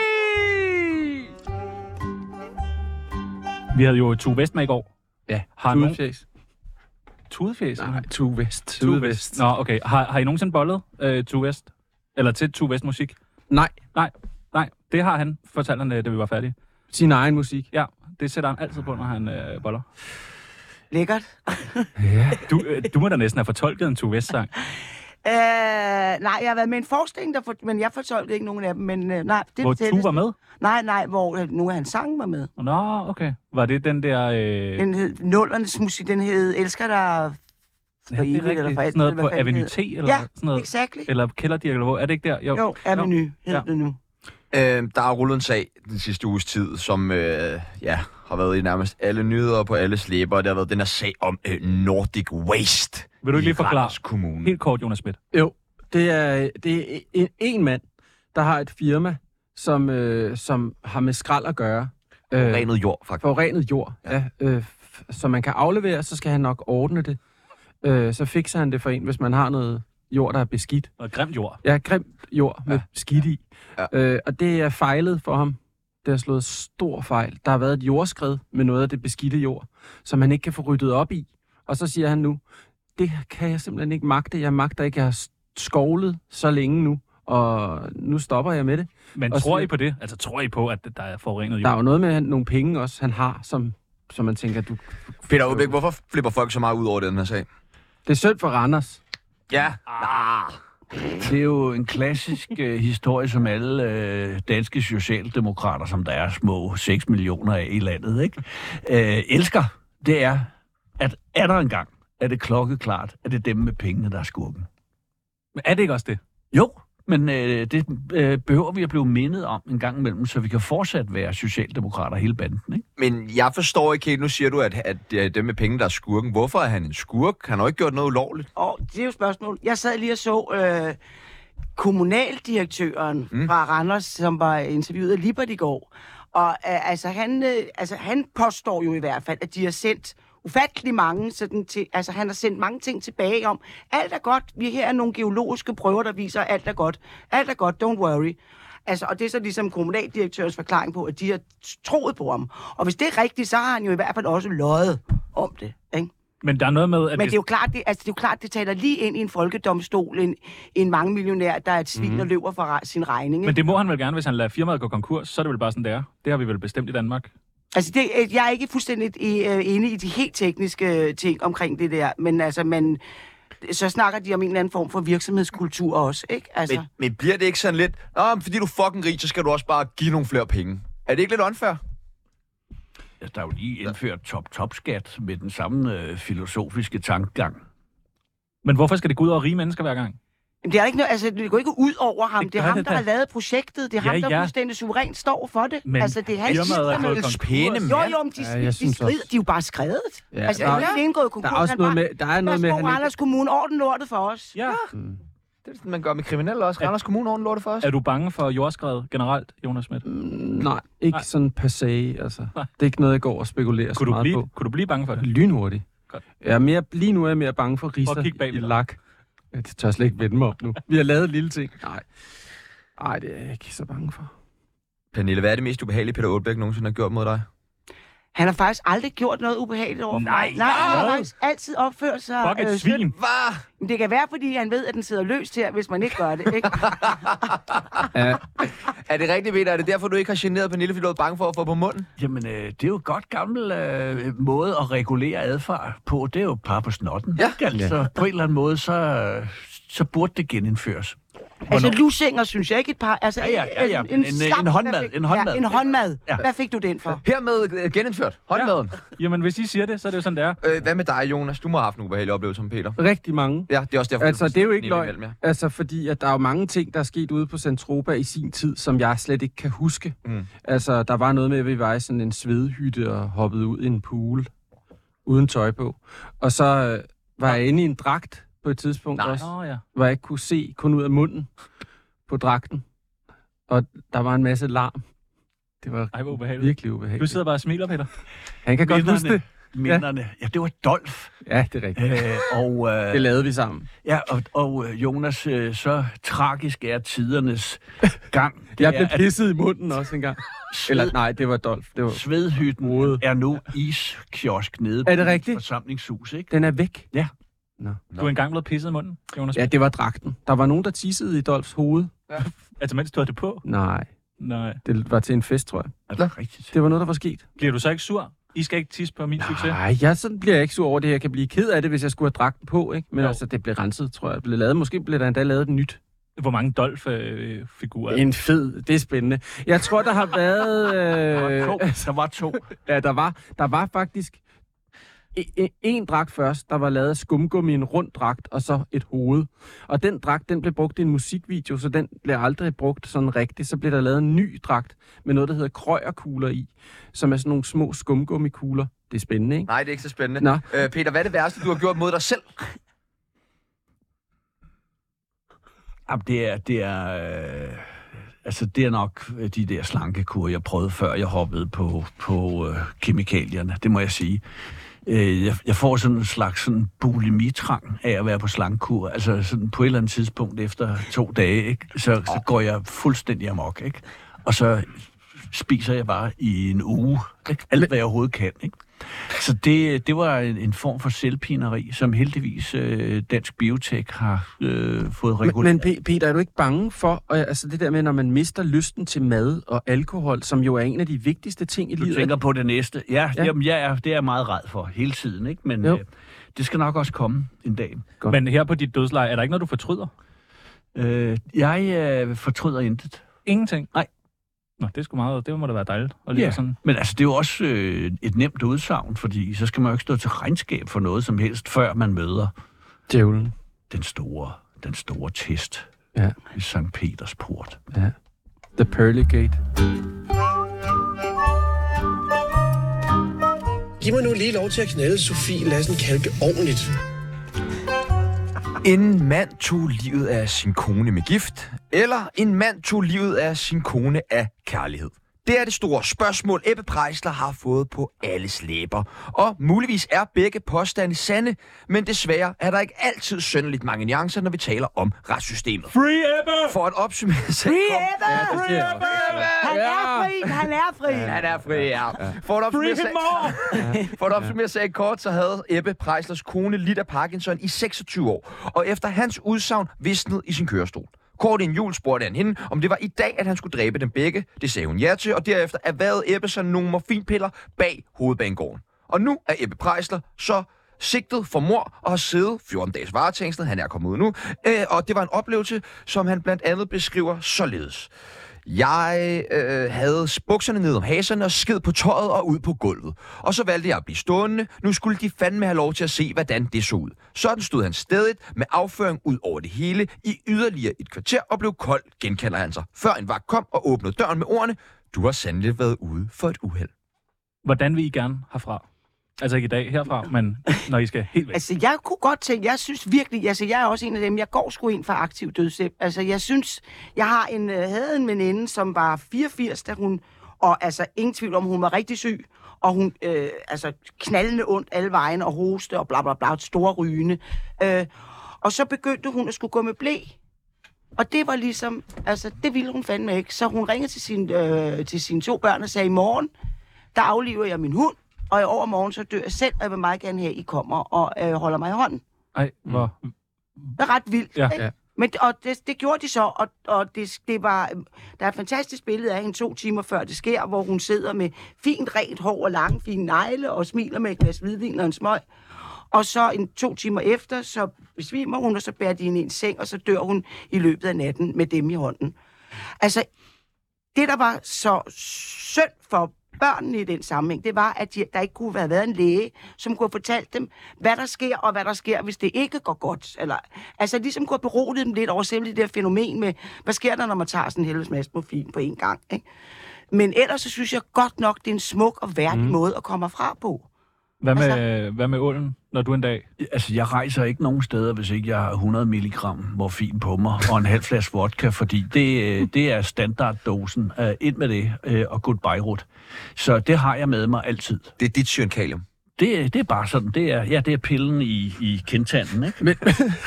Speaker 3: Vi havde jo Tue Vest med i går.
Speaker 2: Ja,
Speaker 3: Har nogen...
Speaker 2: tudefjæs.
Speaker 3: Tudefjæs?
Speaker 2: Nej, Tue Vest.
Speaker 3: Tue Vest. Nå, okay. Har, har I nogensinde bollet uh, Tue Vest? Eller til Tue Vest musik?
Speaker 2: Nej,
Speaker 3: Nej, det har han, fortalte han, øh, da vi var færdige.
Speaker 2: sin egen musik.
Speaker 3: Ja, det sætter han altid på, når han øh, boller.
Speaker 1: Lækkert.
Speaker 2: Ja.
Speaker 3: Du, øh, du må da næsten have fortolket en Tue Vest-sang.
Speaker 1: Øh, nej, jeg har været med en forestilling, der for, men jeg fortolkede ikke nogen af dem. Men øh, nej, det
Speaker 3: Hvor
Speaker 1: det
Speaker 3: Tue
Speaker 1: tætteste.
Speaker 3: var med?
Speaker 1: Nej, nej, hvor øh, nogle af hans sange var med.
Speaker 3: Nå, okay. Var det den der... Øh...
Speaker 1: Den hed Nullernes musik, den hed Elsker dig
Speaker 3: Ja,
Speaker 1: for
Speaker 3: det er
Speaker 1: evigt, eller
Speaker 3: rigtigt.
Speaker 1: for altid,
Speaker 3: Sådan noget
Speaker 1: eller
Speaker 3: på
Speaker 1: hvad fanden
Speaker 3: Avenue
Speaker 1: det
Speaker 3: T,
Speaker 1: hedder.
Speaker 3: eller
Speaker 1: Ja,
Speaker 3: sådan noget?
Speaker 1: exactly.
Speaker 3: Eller Kælderdirk, eller hvor? Er det ikke der? Jo,
Speaker 1: Jo, Avenue
Speaker 3: Ja.
Speaker 1: hedder det nu.
Speaker 5: Øh, der er rullet en sag den sidste uges tid, som øh, ja, har været i nærmest alle nyheder på alle slæber. Det har været den her sag om øh, Nordic Waste.
Speaker 3: Vil du ikke lige
Speaker 5: i
Speaker 3: forklare?
Speaker 5: Randers Kommune.
Speaker 3: Helt kort, Jonas Schmidt.
Speaker 2: Jo, det er, det er en, en mand, der har et firma, som, øh, som har med skrald at gøre. Øh,
Speaker 5: Renet jord, faktisk.
Speaker 2: forurenet jord, ja. Ja, øh, f- så man kan aflevere, så skal han nok ordne det. Øh, så fikser han det for en, hvis man har noget jord, der er beskidt.
Speaker 3: Og grimt jord.
Speaker 2: Ja, grimt jord med
Speaker 5: Ja.
Speaker 2: skidt i.
Speaker 5: Ja.
Speaker 2: Øh, og det er fejlet for ham. Det har slået stor fejl. Der har været et jordskred med noget af det beskidte jord, som han ikke kan få ryddet op i. Og så siger han nu, det kan jeg simpelthen ikke magte. Jeg magter ikke. Jeg har skovlet så længe nu, og nu stopper jeg med det.
Speaker 3: Men
Speaker 2: Og
Speaker 3: tror
Speaker 2: så-
Speaker 3: I på det? Altså, tror I på, at der er forurenet
Speaker 2: Der er
Speaker 3: jord?
Speaker 2: jo noget med han- nogle penge også, han har, som, som man tænker, du...
Speaker 5: Peter Aalbæk, hvorfor flipper folk så meget ud over den her sag?
Speaker 2: Det er synd for Randers.
Speaker 5: Ja.
Speaker 4: Det er jo en klassisk øh, historie, som alle øh, danske socialdemokrater, som der er små seks millioner af i landet, ikke? Øh, elsker. Det er, at er der engang, er det klokkeklart, at det er dem med pengene, der er skurken.
Speaker 3: Men er det ikke også det?
Speaker 4: Jo, men øh, det øh, behøver vi at blive mindet om en gang imellem, så vi kan fortsat være socialdemokrater hele banden, ikke?
Speaker 5: Men jeg forstår ikke helt, nu siger du, at, at det er dem med penge, der er skurken. Hvorfor er han en skurk? Han har jo ikke gjort noget ulovligt.
Speaker 1: Og det er jo et spørgsmål. Jeg sad lige og så øh, kommunaldirektøren mm. fra Randers, som var interviewet af Libert i går. Og øh, altså, han, øh, altså, han påstår jo i hvert fald, at de har sendt ufattelig mange sådan til, altså han har sendt mange ting tilbage om, alt er godt, vi her er nogle geologiske prøver, der viser, at alt er godt, alt er godt, don't worry. Altså, og det er så ligesom kommunaldirektørens forklaring på, at de har troet på ham. Og hvis det er rigtigt, så har han jo i hvert fald også løjet om det, ikke?
Speaker 3: Men der er noget med, at...
Speaker 1: Men det er jo klart, det, altså, det er jo klart, det taler lige ind i en folkedomstol, en, en mange millionær, der er et svin, mm. og løber for sin regning.
Speaker 3: Men det må han vel gerne, hvis han lader firmaet gå konkurs, så er det vel bare sådan, det er. Det har vi vel bestemt i Danmark.
Speaker 1: Altså, det, jeg er ikke fuldstændig inde i de helt tekniske ting omkring det der, men altså, man, så snakker de om en eller anden form for virksomhedskultur også, ikke? Altså.
Speaker 5: Men, men bliver det ikke sådan lidt, Nå, fordi du er fucking rig, så skal du også bare give nogle flere penge? Er det ikke lidt unfair?
Speaker 4: Ja, der er jo lige indført top-top-skat med den samme øh, filosofiske tankegang.
Speaker 3: Men hvorfor skal det gå ud over rige mennesker hver gang?
Speaker 1: Jamen, det er ikke noget, altså, det går ikke ud over ham. Det, det er ham,
Speaker 3: det,
Speaker 1: der
Speaker 3: da.
Speaker 1: har lavet projektet. Det er
Speaker 3: ja,
Speaker 1: ham, der
Speaker 3: ja.
Speaker 1: fuldstændig suverænt står for det.
Speaker 3: Men
Speaker 1: altså, det er hans
Speaker 3: firmaet er gået
Speaker 5: pæne
Speaker 3: konkurs.
Speaker 1: Jo, jo, men de,
Speaker 2: Ja,
Speaker 1: de,
Speaker 2: jeg
Speaker 1: de,
Speaker 2: synes
Speaker 1: strider,
Speaker 2: også.
Speaker 1: de er jo bare skrevet.
Speaker 2: Ja,
Speaker 1: altså,
Speaker 2: der
Speaker 1: der
Speaker 2: er-
Speaker 1: er ikke indgået konkurs.
Speaker 2: Der er også
Speaker 1: Han
Speaker 2: noget
Speaker 1: bare,
Speaker 2: med, der er noget med,
Speaker 1: Værsgo,
Speaker 2: han
Speaker 1: Randers Kommune, orden lortet for os.
Speaker 3: Ja.
Speaker 2: Mm.
Speaker 5: Det er sådan, man gør med kriminelle også. Randers Kommune ordentligt lortet for os.
Speaker 3: Er du bange for jordskred generelt, Jonas Schmidt?
Speaker 2: Mm, nej, ikke
Speaker 3: Nej.
Speaker 2: sådan per se. Altså.
Speaker 3: Nej.
Speaker 2: Det er ikke noget, jeg går og spekulerer så
Speaker 3: Kunne du,
Speaker 2: meget
Speaker 3: blive,
Speaker 2: på.
Speaker 3: kunne du blive bange for det?
Speaker 2: Lynhurtigt.
Speaker 3: Godt.
Speaker 2: Jeg er mere, lige nu er jeg mere bange for
Speaker 3: Prøv at
Speaker 2: riser
Speaker 3: kigge bag
Speaker 2: i
Speaker 3: ved dig.
Speaker 2: lak. Ja, det tør jeg slet ikke vende mig op nu. Vi har lavet lille ting. Nej. Nej, det er jeg ikke så bange for.
Speaker 5: Pernille, hvad er det mest ubehagelige, Peter Aalbæk nogensinde har gjort mod dig?
Speaker 1: Han har faktisk aldrig gjort noget ubehageligt over for
Speaker 3: Nej,
Speaker 1: mig. Nej, han har
Speaker 3: hvad?
Speaker 1: faktisk altid opført sig...
Speaker 3: Fuck et
Speaker 1: øh,
Speaker 3: svin.
Speaker 1: sødt.
Speaker 5: Hvad?
Speaker 1: Men det kan være, fordi han ved, at den sidder løst her, hvis man ikke gør det, ikke?
Speaker 2: Ja,
Speaker 5: Er det rigtigt, Peter? Er det derfor, du ikke har generet Pernille, fordi du er bange for at få på munden?
Speaker 4: Jamen, øh, det er jo et godt gammel øh, måde at regulere adfærd på. Det er jo par på snotten.
Speaker 5: Ja.
Speaker 4: Ikke? Altså, på en eller anden måde, så, så burde det genindføres.
Speaker 1: Altså, lusinger synes jeg ikke et par... Altså,
Speaker 4: Ja, ja, ja, ja. En- en
Speaker 1: slam,
Speaker 4: håndmad,
Speaker 1: der fik-
Speaker 4: en håndmad.
Speaker 1: Ja, en håndmad.
Speaker 4: Ja.
Speaker 1: Hvad fik du den for?
Speaker 5: Hermed øh, genindført. Håndmaden.
Speaker 3: Jamen, hvis I siger det, så er det jo sådan, det er.
Speaker 5: Øh, hvad med dig, Jonas? Du må have haft en ubehagelig oplevelse med Peter.
Speaker 2: rigtig mange.
Speaker 5: Ja, det er også derfor,
Speaker 2: Altså,
Speaker 5: du
Speaker 2: det er jo ikke
Speaker 5: Pernille
Speaker 2: løgn.
Speaker 5: imellem, ja.
Speaker 2: Altså, fordi at der er jo mange ting, der er sket ude på Centropa i sin tid, som jeg slet ikke kan huske.
Speaker 5: Mm.
Speaker 2: Altså, der var noget med, at vi var i sådan en svedhytte og hoppede ud i en pool uden tøj på. Og så øh, var jeg inde i en dragt på et tidspunkt
Speaker 5: Nej.
Speaker 2: også,
Speaker 3: Nå ja.
Speaker 2: hvor jeg ikke kunne se kun ud af munden på dragten. Og der var en masse larm. Det var
Speaker 3: Ej, hvor ubehageligt.
Speaker 2: virkelig
Speaker 3: Du
Speaker 2: ubehageligt.
Speaker 3: sidder bare og smiler, Peter.
Speaker 2: Han kan godt huske det.
Speaker 4: Minderne. Ja. ja, det var Dolf.
Speaker 2: Ja, det er rigtigt.
Speaker 4: Øh, og, øh,
Speaker 2: Det lavede vi sammen.
Speaker 4: ja, og, og øh, Jonas, øh, så tragisk er tidernes gang. Det
Speaker 2: Jeg
Speaker 4: er,
Speaker 2: blev
Speaker 4: at
Speaker 2: pisset i munden også engang. Eller
Speaker 4: sved,
Speaker 2: nej, det var Dolf. Det var...
Speaker 4: Svedhytten
Speaker 2: Hovedet.
Speaker 4: er nu iskiosk nede
Speaker 2: Er det
Speaker 4: på
Speaker 2: rigtigt?
Speaker 4: et forsamlingshus, ikke?
Speaker 2: Den er væk.
Speaker 4: Ja.
Speaker 2: Nå.
Speaker 3: Du er engang blevet pisset i munden, Jonas.
Speaker 2: Ja, det var dragten. Der var nogen, der tissede i Dolfs hoved.
Speaker 3: Altså, mens du havde det på?
Speaker 2: Nej,
Speaker 3: Nej.
Speaker 2: det var til en fest, tror jeg.
Speaker 4: Er det rigtigt?
Speaker 2: Det var noget, der var sket.
Speaker 3: Bliver du så ikke sur? I skal ikke tisse på min succes.
Speaker 2: Nej, jeg, sådan bliver jeg ikke sur over det. Jeg kan blive ked af det, hvis jeg skulle have dragten på, ikke? Men
Speaker 3: Jo.
Speaker 2: altså, det blev renset, tror jeg. Det blev lavet. Måske blev der endda lavet et nyt.
Speaker 3: Hvor mange Dolph-figurer?
Speaker 2: En fed. Det er spændende. Jeg tror, der har været...
Speaker 4: Der
Speaker 2: Øh...
Speaker 4: var to. Der var to.
Speaker 2: Ja, der var, der var faktisk e- e- en dragt først, der var lavet af skumgummi, en rund dragt, og så et hoved. Og den dragt, den blev brugt i en musikvideo, så den blev aldrig brugt sådan rigtigt. Så blev der lavet en ny dragt med noget, der hedder krøjerkugler i, som er sådan nogle små skumgummikugler. Det er spændende, ikke?
Speaker 5: Nej, det er ikke så spændende.
Speaker 2: Nå.
Speaker 5: Øh, Peter, hvad er det værste, du har gjort mod dig selv?
Speaker 4: Jamen, det er, det er, øh, altså, det er nok de der slankekur, jeg prøvede før jeg hoppede på, på øh, kemikalierne. Det må jeg sige. Øh, jeg, jeg får sådan en slags sådan bulimitrang af at være på slankekur. Altså sådan på et eller andet tidspunkt efter to dage, ikke? Så, så går jeg fuldstændig amok, ikke? Og så spiser jeg bare i en uge, ikke? Alt, hvad jeg overhovedet kan, ikke? Så det, det var en, en form for selvpineri, som heldigvis øh, Dansk Biotek har øh, fået
Speaker 2: Men,
Speaker 4: reguleret.
Speaker 2: men P- Peter, er du ikke bange for, øh, altså det der med, når man mister lysten til mad og alkohol, som jo er en af de vigtigste ting i
Speaker 4: Du
Speaker 2: livet?
Speaker 4: tænker på det næste. Ja,
Speaker 2: Ja.
Speaker 4: ja. Jamen, jeg er, det er jeg meget ræd for hele tiden, ikke? Men
Speaker 2: Jo.
Speaker 4: øh, det skal nok også komme en dag.
Speaker 3: Men her på dit dødsleje, er der ikke noget, du fortryder?
Speaker 4: Øh, jeg øh, fortryder intet.
Speaker 3: Ingenting?
Speaker 4: Nej.
Speaker 3: Nå, det er sgu meget, det må da være dejligt. Og lige
Speaker 4: Ja.
Speaker 3: sådan.
Speaker 4: Men altså, det er jo også øh, et nemt udsagn, fordi så skal man jo ikke stå til regnskab for noget som helst, før man møder
Speaker 2: Djævlen.
Speaker 4: den store, den store test
Speaker 2: Ja.
Speaker 4: i Sankt Peters port.
Speaker 2: Ja. The Pearly Gate.
Speaker 7: Giv mig nu lige lov til at knalde Sofie Lassen Kalke ordentligt.
Speaker 5: En mand tog livet af sin kone med gift, eller en mand tog livet af sin kone af kærlighed. Det er det store spørgsmål, Ebbe Preisler har fået på alles læber. Og muligvis er begge påstande sande, men desværre er der ikke altid synderligt mange nuancer, når vi taler om retssystemet.
Speaker 3: Free Ebbe!
Speaker 5: For at opsummere sagen...
Speaker 1: Free Ebbe!
Speaker 2: Ja, det siger jeg også.
Speaker 1: Han er fri! Han er fri!
Speaker 5: Han er fri, ja. For at opsummere sagen, for at opsummere sagen kort, så havde Ebbe Preislers kone lidt af Parkinson i seksogtyve år. Og efter hans udsagn visnede i sin kørestol. Kort inden jul spurgte han hende, om det var i dag, at han skulle dræbe dem begge. Det sagde hun ja til, og derefter erhvervede Ebbe sig nogle morfinpiller bag hovedbanegården. Og nu er Ebbe Preisler så sigtet for mord og har siddet fjorten dages varetængsel. Han er kommet ud nu. Øh, og det var en oplevelse, som han blandt andet beskriver således. Jeg øh, havde bukserne ned om haserne og sked på tøjet og ud på gulvet. Og så valgte jeg at blive stående. Nu skulle de fandme have lov til at se, hvordan det så ud. Sådan stod han stedigt med afføring ud over det hele i yderligere et kvarter og blev kold, genkalder han sig. Før en vagt kom og åbnede døren med ordene: du har sandelig været ude for et uheld.
Speaker 3: Hvordan vil I gerne herfra? Altså ikke i dag herfra, men når I skal helt væk.
Speaker 1: Altså, jeg kunne godt tænke, jeg synes virkelig, altså, jeg er også en af dem, jeg går sgu ind for aktiv dødshjælp. Altså, jeg synes, jeg har en, øh, havde en veninde, som var fireogfirs, da hun, og altså, ingen tvivl om, hun var rigtig syg, og hun, øh, altså, knaldende ondt alle vejen, og hoste, og bla bla bla, et store rygende. Øh, og så begyndte hun at skulle gå med ble. Og det var ligesom, altså, det ville hun fandme ikke. Så hun ringede til, sin, øh, til sine to børn og sagde, i morgen, der afliver jeg min hund, og i overmorgen så dør jeg selv, og jeg vil meget gerne have, at I kommer og øh, holder mig i hånden.
Speaker 3: Ej, hvor...
Speaker 1: Det er ret vildt,
Speaker 3: Ja.
Speaker 1: ikke?
Speaker 2: Ja.
Speaker 1: Men, og det, det gjorde de så, og, og det, det var, der er et fantastisk billede af hende to timer før det sker, hvor hun sidder med fint, rent hår og lange, fine negle, og smiler med et glas hvidvin og en smøg. Og så en to timer efter, så besvimer hun, og så bærer de hende i en seng, og så dør hun i løbet af natten med dem i hånden. Altså, det der var så synd for børnene i den sammenhæng, det var, at de, der ikke kunne have været en læge, som kunne have fortalt dem, hvad der sker, og hvad der sker, hvis det ikke går godt. Eller, altså ligesom kunne have beroliget dem lidt over selv det der fænomen med, hvad sker der, når man tager sådan en helvedes masse morfin på en gang, ikke? Men ellers så synes jeg godt nok, det er en smuk og værdig mm. måde at komme fra på.
Speaker 3: Hvad med,
Speaker 1: Altså-
Speaker 3: hvad med ålen, når du en dag...
Speaker 4: Altså, jeg rejser ikke nogen steder, hvis ikke jeg har hundrede milligram morfin på mig og en halv flaske vodka, fordi det, det er standarddosen. Uh, ind med det, uh, og goodbye rut. Så det har jeg med mig altid.
Speaker 5: Det er dit cyankalium.
Speaker 4: Det, det er bare sådan, det er, ja, det er pillen i, i kindtanden, ikke?
Speaker 2: Men,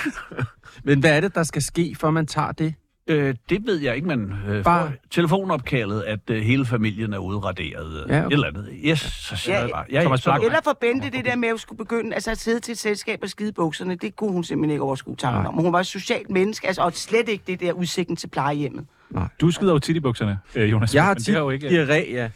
Speaker 2: men hvad er det, der skal ske, for man tager det?
Speaker 4: Øh, det ved jeg ikke, men øh,
Speaker 2: Bare-
Speaker 4: får telefonopkaldet, at øh, hele familien er udraderet.
Speaker 2: Ja,
Speaker 4: Ja,
Speaker 2: okay.
Speaker 4: okay. Eller andet. Yes, så siger
Speaker 1: Ja,
Speaker 4: jeg bare. Ja,
Speaker 3: Thomas
Speaker 4: så-
Speaker 3: Blak-
Speaker 1: Eller for Bente, det der med at skulle begynde altså at sidde til et selskab og skide bukserne, det kunne hun simpelthen ikke overskue tanken om. Hun var et socialt menneske, altså, og slet ikke det der udsigten til plejehjemmet.
Speaker 3: Du skider jo tit i bukserne, øh, Jonas.
Speaker 2: Jeg har
Speaker 3: men det
Speaker 2: tit
Speaker 3: er jo ikke...
Speaker 2: diarré, ja.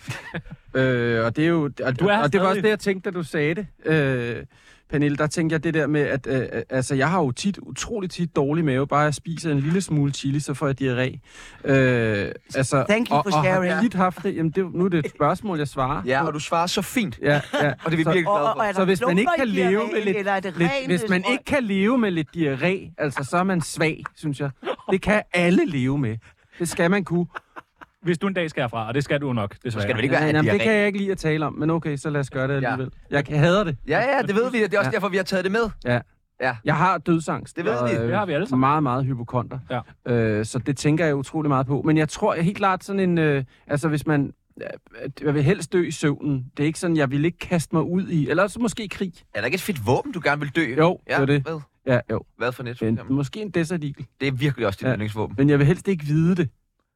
Speaker 2: øh, og det er jo... Og,
Speaker 3: Du er
Speaker 2: og det var også
Speaker 3: stadig-
Speaker 2: det, jeg tænkte, da du sagde det. Øh, Pernille, der tænkte jeg det der med, at øh, altså, jeg har jo tit, utrolig tit dårlig mave. Bare jeg spiser en lille smule chili, så får jeg diarré. Øh, altså,
Speaker 1: Thank you
Speaker 2: og,
Speaker 1: for
Speaker 2: og
Speaker 1: sharing.
Speaker 2: har tit haft det. Jamen, det, er jo- nu er det et spørgsmål, jeg svarer.
Speaker 5: Ja, og du svarer så fint.
Speaker 2: Ja, ja.
Speaker 5: Og det er vi
Speaker 2: Så-
Speaker 5: virkelig
Speaker 1: Og,
Speaker 5: glade
Speaker 1: og,
Speaker 5: for.
Speaker 1: og er
Speaker 2: Så
Speaker 1: der
Speaker 2: hvis man ikke
Speaker 1: klumper
Speaker 2: kan
Speaker 1: i
Speaker 2: leve
Speaker 1: diarréen,
Speaker 2: med lidt,
Speaker 1: eller er det
Speaker 2: lidt
Speaker 1: rent
Speaker 2: hvis man
Speaker 1: smøg?
Speaker 2: ikke kan leve med lidt diarré, altså så er man svag, synes jeg. Det kan alle leve med. Det skal man kunne.
Speaker 3: Hvis du en dag skal herfra, og det skal du jo nok, desværre.
Speaker 5: skal du ikke være
Speaker 2: Ja, jamen, det
Speaker 5: diarré.
Speaker 2: kan jeg ikke lide at tale om, men okay, så lad os gøre det
Speaker 5: Ja.
Speaker 2: alligevel. Jeg hader det.
Speaker 5: Ja, ja, det ved vi. Det er også
Speaker 2: Ja.
Speaker 5: derfor, vi har taget det med.
Speaker 2: Ja.
Speaker 5: Ja.
Speaker 2: Jeg har dødsangst.
Speaker 5: Det ved
Speaker 2: og,
Speaker 5: vi.
Speaker 2: øh,
Speaker 3: Det har vi alle sammen.
Speaker 2: Meget, meget hypokonter.
Speaker 3: Ja.
Speaker 2: Øh, så det tænker jeg utrolig meget på. Men jeg tror jeg helt klart sådan en... Øh, altså hvis man... øh, Jeg vil helst dø i søvnen. Det er ikke sådan, jeg vil ikke kaste mig ud i... Eller så måske krig.
Speaker 5: Er der ikke et fedt våben, du gerne vil dø?
Speaker 2: Jo,
Speaker 5: ja,
Speaker 2: det er det.
Speaker 5: Hvad?
Speaker 2: Ja, jo.
Speaker 5: Hvad for net?
Speaker 2: Men, måske en Desert Eagle.
Speaker 5: Det er virkelig også dit
Speaker 2: Ja.
Speaker 5: yndlingsvåben.
Speaker 2: Men jeg vil helst ikke vide det.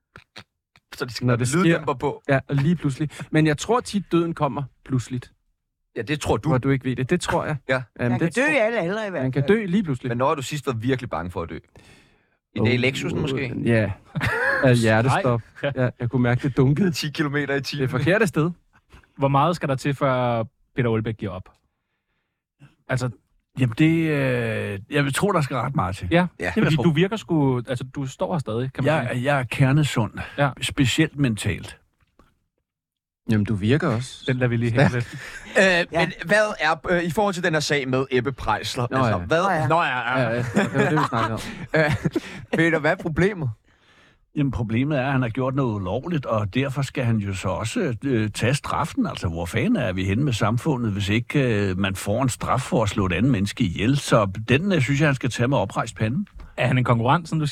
Speaker 5: Så de skal
Speaker 2: Når
Speaker 5: have
Speaker 2: det sker.
Speaker 5: lyddæmper på.
Speaker 2: Ja, og lige pludselig. Men jeg tror tit, døden kommer pludseligt.
Speaker 5: Ja, det tror du.
Speaker 2: Hvor du ikke ved det. Det tror jeg.
Speaker 5: Ja.
Speaker 2: Jamen,
Speaker 1: Man kan
Speaker 2: det
Speaker 1: dø i
Speaker 2: tror-
Speaker 1: alle aldre i hvert
Speaker 2: Man kan
Speaker 1: fald.
Speaker 2: dø lige pludselig.
Speaker 5: Men når har du sidst været virkelig bange for at dø? I det i Lexusen måske?
Speaker 2: Ja. Af hjertestop. Ja, jeg kunne mærke, det dunkede.
Speaker 5: ti kilometer i
Speaker 2: Det
Speaker 5: timen.
Speaker 2: er forkerte sted.
Speaker 3: Hvor meget skal der til, før Peter Aalbæk giver op? Altså,
Speaker 4: Jamen, det... Øh, jeg vil tro, der skal ret meget til.
Speaker 3: ja,
Speaker 5: Ja,
Speaker 3: fordi du virker sgu... Altså, du står her stadig, kan man
Speaker 4: Jeg,
Speaker 3: sige.
Speaker 4: jeg er kernesund.
Speaker 3: Ja.
Speaker 4: Specielt mentalt.
Speaker 2: Jamen, du virker også.
Speaker 3: Den lader vi lige hænge lidt.
Speaker 5: Øh, men hvad er, øh, i forhold til den her sag med Ebbe Preisler,
Speaker 2: Nå,
Speaker 5: altså,
Speaker 2: ja.
Speaker 5: hvad,
Speaker 1: Nå, ja.
Speaker 5: Nå, ja,
Speaker 2: Ja,
Speaker 5: ja.
Speaker 2: ja, det var det, vi snakkede om.
Speaker 5: Øh, Peter, hvad er problemet?
Speaker 4: Jamen, problemet er, at han har gjort noget ulovligt, og derfor skal han jo så også øh, tage straffen. Altså, hvor fanden er vi henne med samfundet, hvis ikke øh, man får en straf for at slå et andet menneske ihjel? Så den øh, synes jeg, han skal tage med oprejst panden.
Speaker 3: Er han en konkurrent, som du siger det?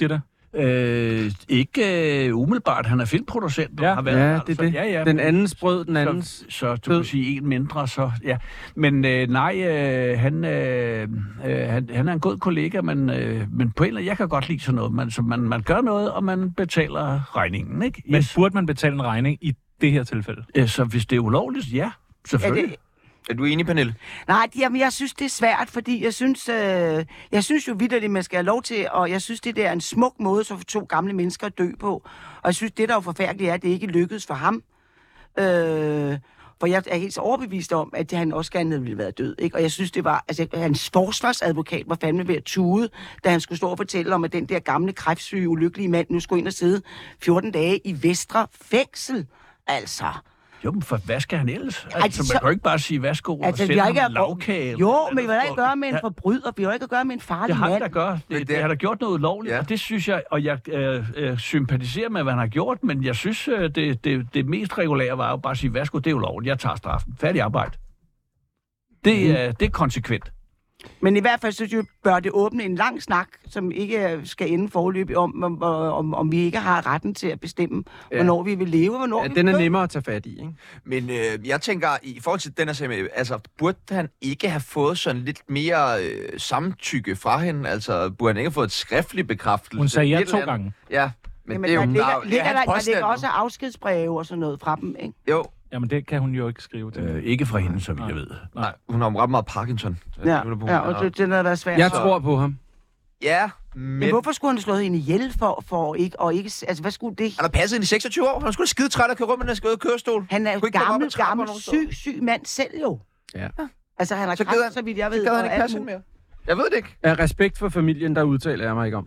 Speaker 4: Øh, ikke øh, umiddelbart. Han er filmproducent.
Speaker 3: Ja,
Speaker 4: har været,
Speaker 2: ja,
Speaker 4: altså.
Speaker 2: det er det.
Speaker 3: Ja, ja.
Speaker 2: Den andens brød, den andens...
Speaker 4: Så, så du kan sige en mindre, så ja. Men øh, nej, øh, han, øh, øh, han, han er en god kollega, men, øh, men på en eller anden, jeg kan godt lide sådan noget. Man, så man, man gør noget, og man betaler regningen, ikke?
Speaker 3: Men
Speaker 4: Yes.
Speaker 3: burde man betale en regning i det her tilfælde?
Speaker 4: Øh, så hvis det er ulovligt, ja, selvfølgelig.
Speaker 1: Er det,
Speaker 5: Er du enig, Pernille?
Speaker 1: nej, jamen, jeg synes, det er svært, fordi jeg synes, øh, jeg synes jo vitterligt, at man skal have lov til, og jeg synes, det der er en smuk måde, så for to gamle mennesker at dø på. Og jeg synes, det der er jo forfærdeligt er, at det ikke lykkedes for ham. Øh, for jeg er helt så overbevist om, at han også gerne ville have været død. Ikke? Og jeg synes, det var... Altså, hans forsvarsadvokat var fandme ved at tude, da han skulle stå og fortælle om, at den der gamle kræftsyge, ulykkelige mand nu skulle ind og sidde fjorten dage i Vestre fængsel. Altså...
Speaker 4: Jo, men for hvad skal han ellers? Altså,
Speaker 1: Ej,
Speaker 4: man
Speaker 1: så-
Speaker 4: kan jo ikke bare sige, værsgo og
Speaker 1: Altså, vi
Speaker 4: sende
Speaker 1: har
Speaker 4: ham
Speaker 1: ikke
Speaker 4: en lavkage.
Speaker 1: Jo,
Speaker 4: eller-
Speaker 1: men vi har ikke at gøre med en
Speaker 4: Ja,
Speaker 1: forbryder. Vi har ikke at gøre med en farlig
Speaker 4: det har han
Speaker 1: mand.
Speaker 4: da gør. Det,
Speaker 5: Men
Speaker 4: det,
Speaker 5: det-
Speaker 4: han har gjort noget ulovligt,
Speaker 5: Ja.
Speaker 4: ja. og det synes jeg, og jeg øh, øh, sympatiserer med, hvad han har gjort, men jeg synes, øh, det, det, det mest regulære var jo bare at sige, værsgo, det er ulovligt, jeg tager straffen. Færdig arbejde. Det,
Speaker 1: Mhm.
Speaker 4: øh, det er konsekvent.
Speaker 1: Men i hvert fald synes jeg, bør det åbne en lang snak, som ikke skal ende forløbig om, om, om, om vi ikke har retten til at bestemme,
Speaker 2: Ja.
Speaker 1: ja. hvornår vi vil leve, og hvornår
Speaker 2: Ja,
Speaker 1: vi
Speaker 2: den er
Speaker 1: vil dø.
Speaker 2: nemmere at tage fat i, ikke?
Speaker 5: Men øh, jeg tænker, i forhold til den her sag, med- altså, burde han ikke have fået sådan lidt mere øh, samtykke fra hende? Altså, burde han ikke have fået et skriftligt bekræftelse?
Speaker 3: Hun sagde ja
Speaker 5: Et
Speaker 3: to
Speaker 5: eller andet?
Speaker 3: gange.
Speaker 5: Ja, men
Speaker 1: Jamen,
Speaker 5: det er jo...
Speaker 1: der ligger,
Speaker 5: der er jo- det er
Speaker 1: ligger,
Speaker 5: hans
Speaker 1: der, der
Speaker 5: påstand
Speaker 1: ligger
Speaker 5: nu.
Speaker 1: også afskedsbreve og sådan noget fra dem, ikke?
Speaker 5: Jo,
Speaker 3: Jamen, det kan hun jo ikke skrive til.
Speaker 4: Øh, ikke fra hende, som jeg ved.
Speaker 5: nej, hun har jo ret meget Parkinson.
Speaker 1: Ja,
Speaker 5: Nu er det på,
Speaker 1: ja
Speaker 5: hun
Speaker 1: og
Speaker 5: har-
Speaker 1: det, den har været svært.
Speaker 2: Jeg
Speaker 1: Så-
Speaker 2: tror på ham.
Speaker 5: Ja,
Speaker 1: Men
Speaker 5: men...
Speaker 1: hvorfor skulle han have slået hende ihjel for, for ikke, og ikke... Altså, hvad skulle det...
Speaker 5: Han har passet hende i seksogtyve år. Han skulle skide træt af at køre rundt med den skøde kørestol.
Speaker 1: Han er jo
Speaker 5: Kunne ikke komme op
Speaker 1: gammel,
Speaker 5: ad trapper
Speaker 1: gammel,
Speaker 5: nogen steder.
Speaker 1: syg, syg mand selv jo.
Speaker 2: Ja.
Speaker 1: Altså, han har
Speaker 5: Så
Speaker 1: kræft,
Speaker 5: gider han-
Speaker 1: så vidt jeg ved.
Speaker 5: Så gad han
Speaker 1: og
Speaker 5: ikke
Speaker 1: alt
Speaker 5: passe hende
Speaker 1: muligt.
Speaker 5: mere. Jeg ved det ikke.
Speaker 2: Af respekt for familien, der udtaler jeg mig ikke om.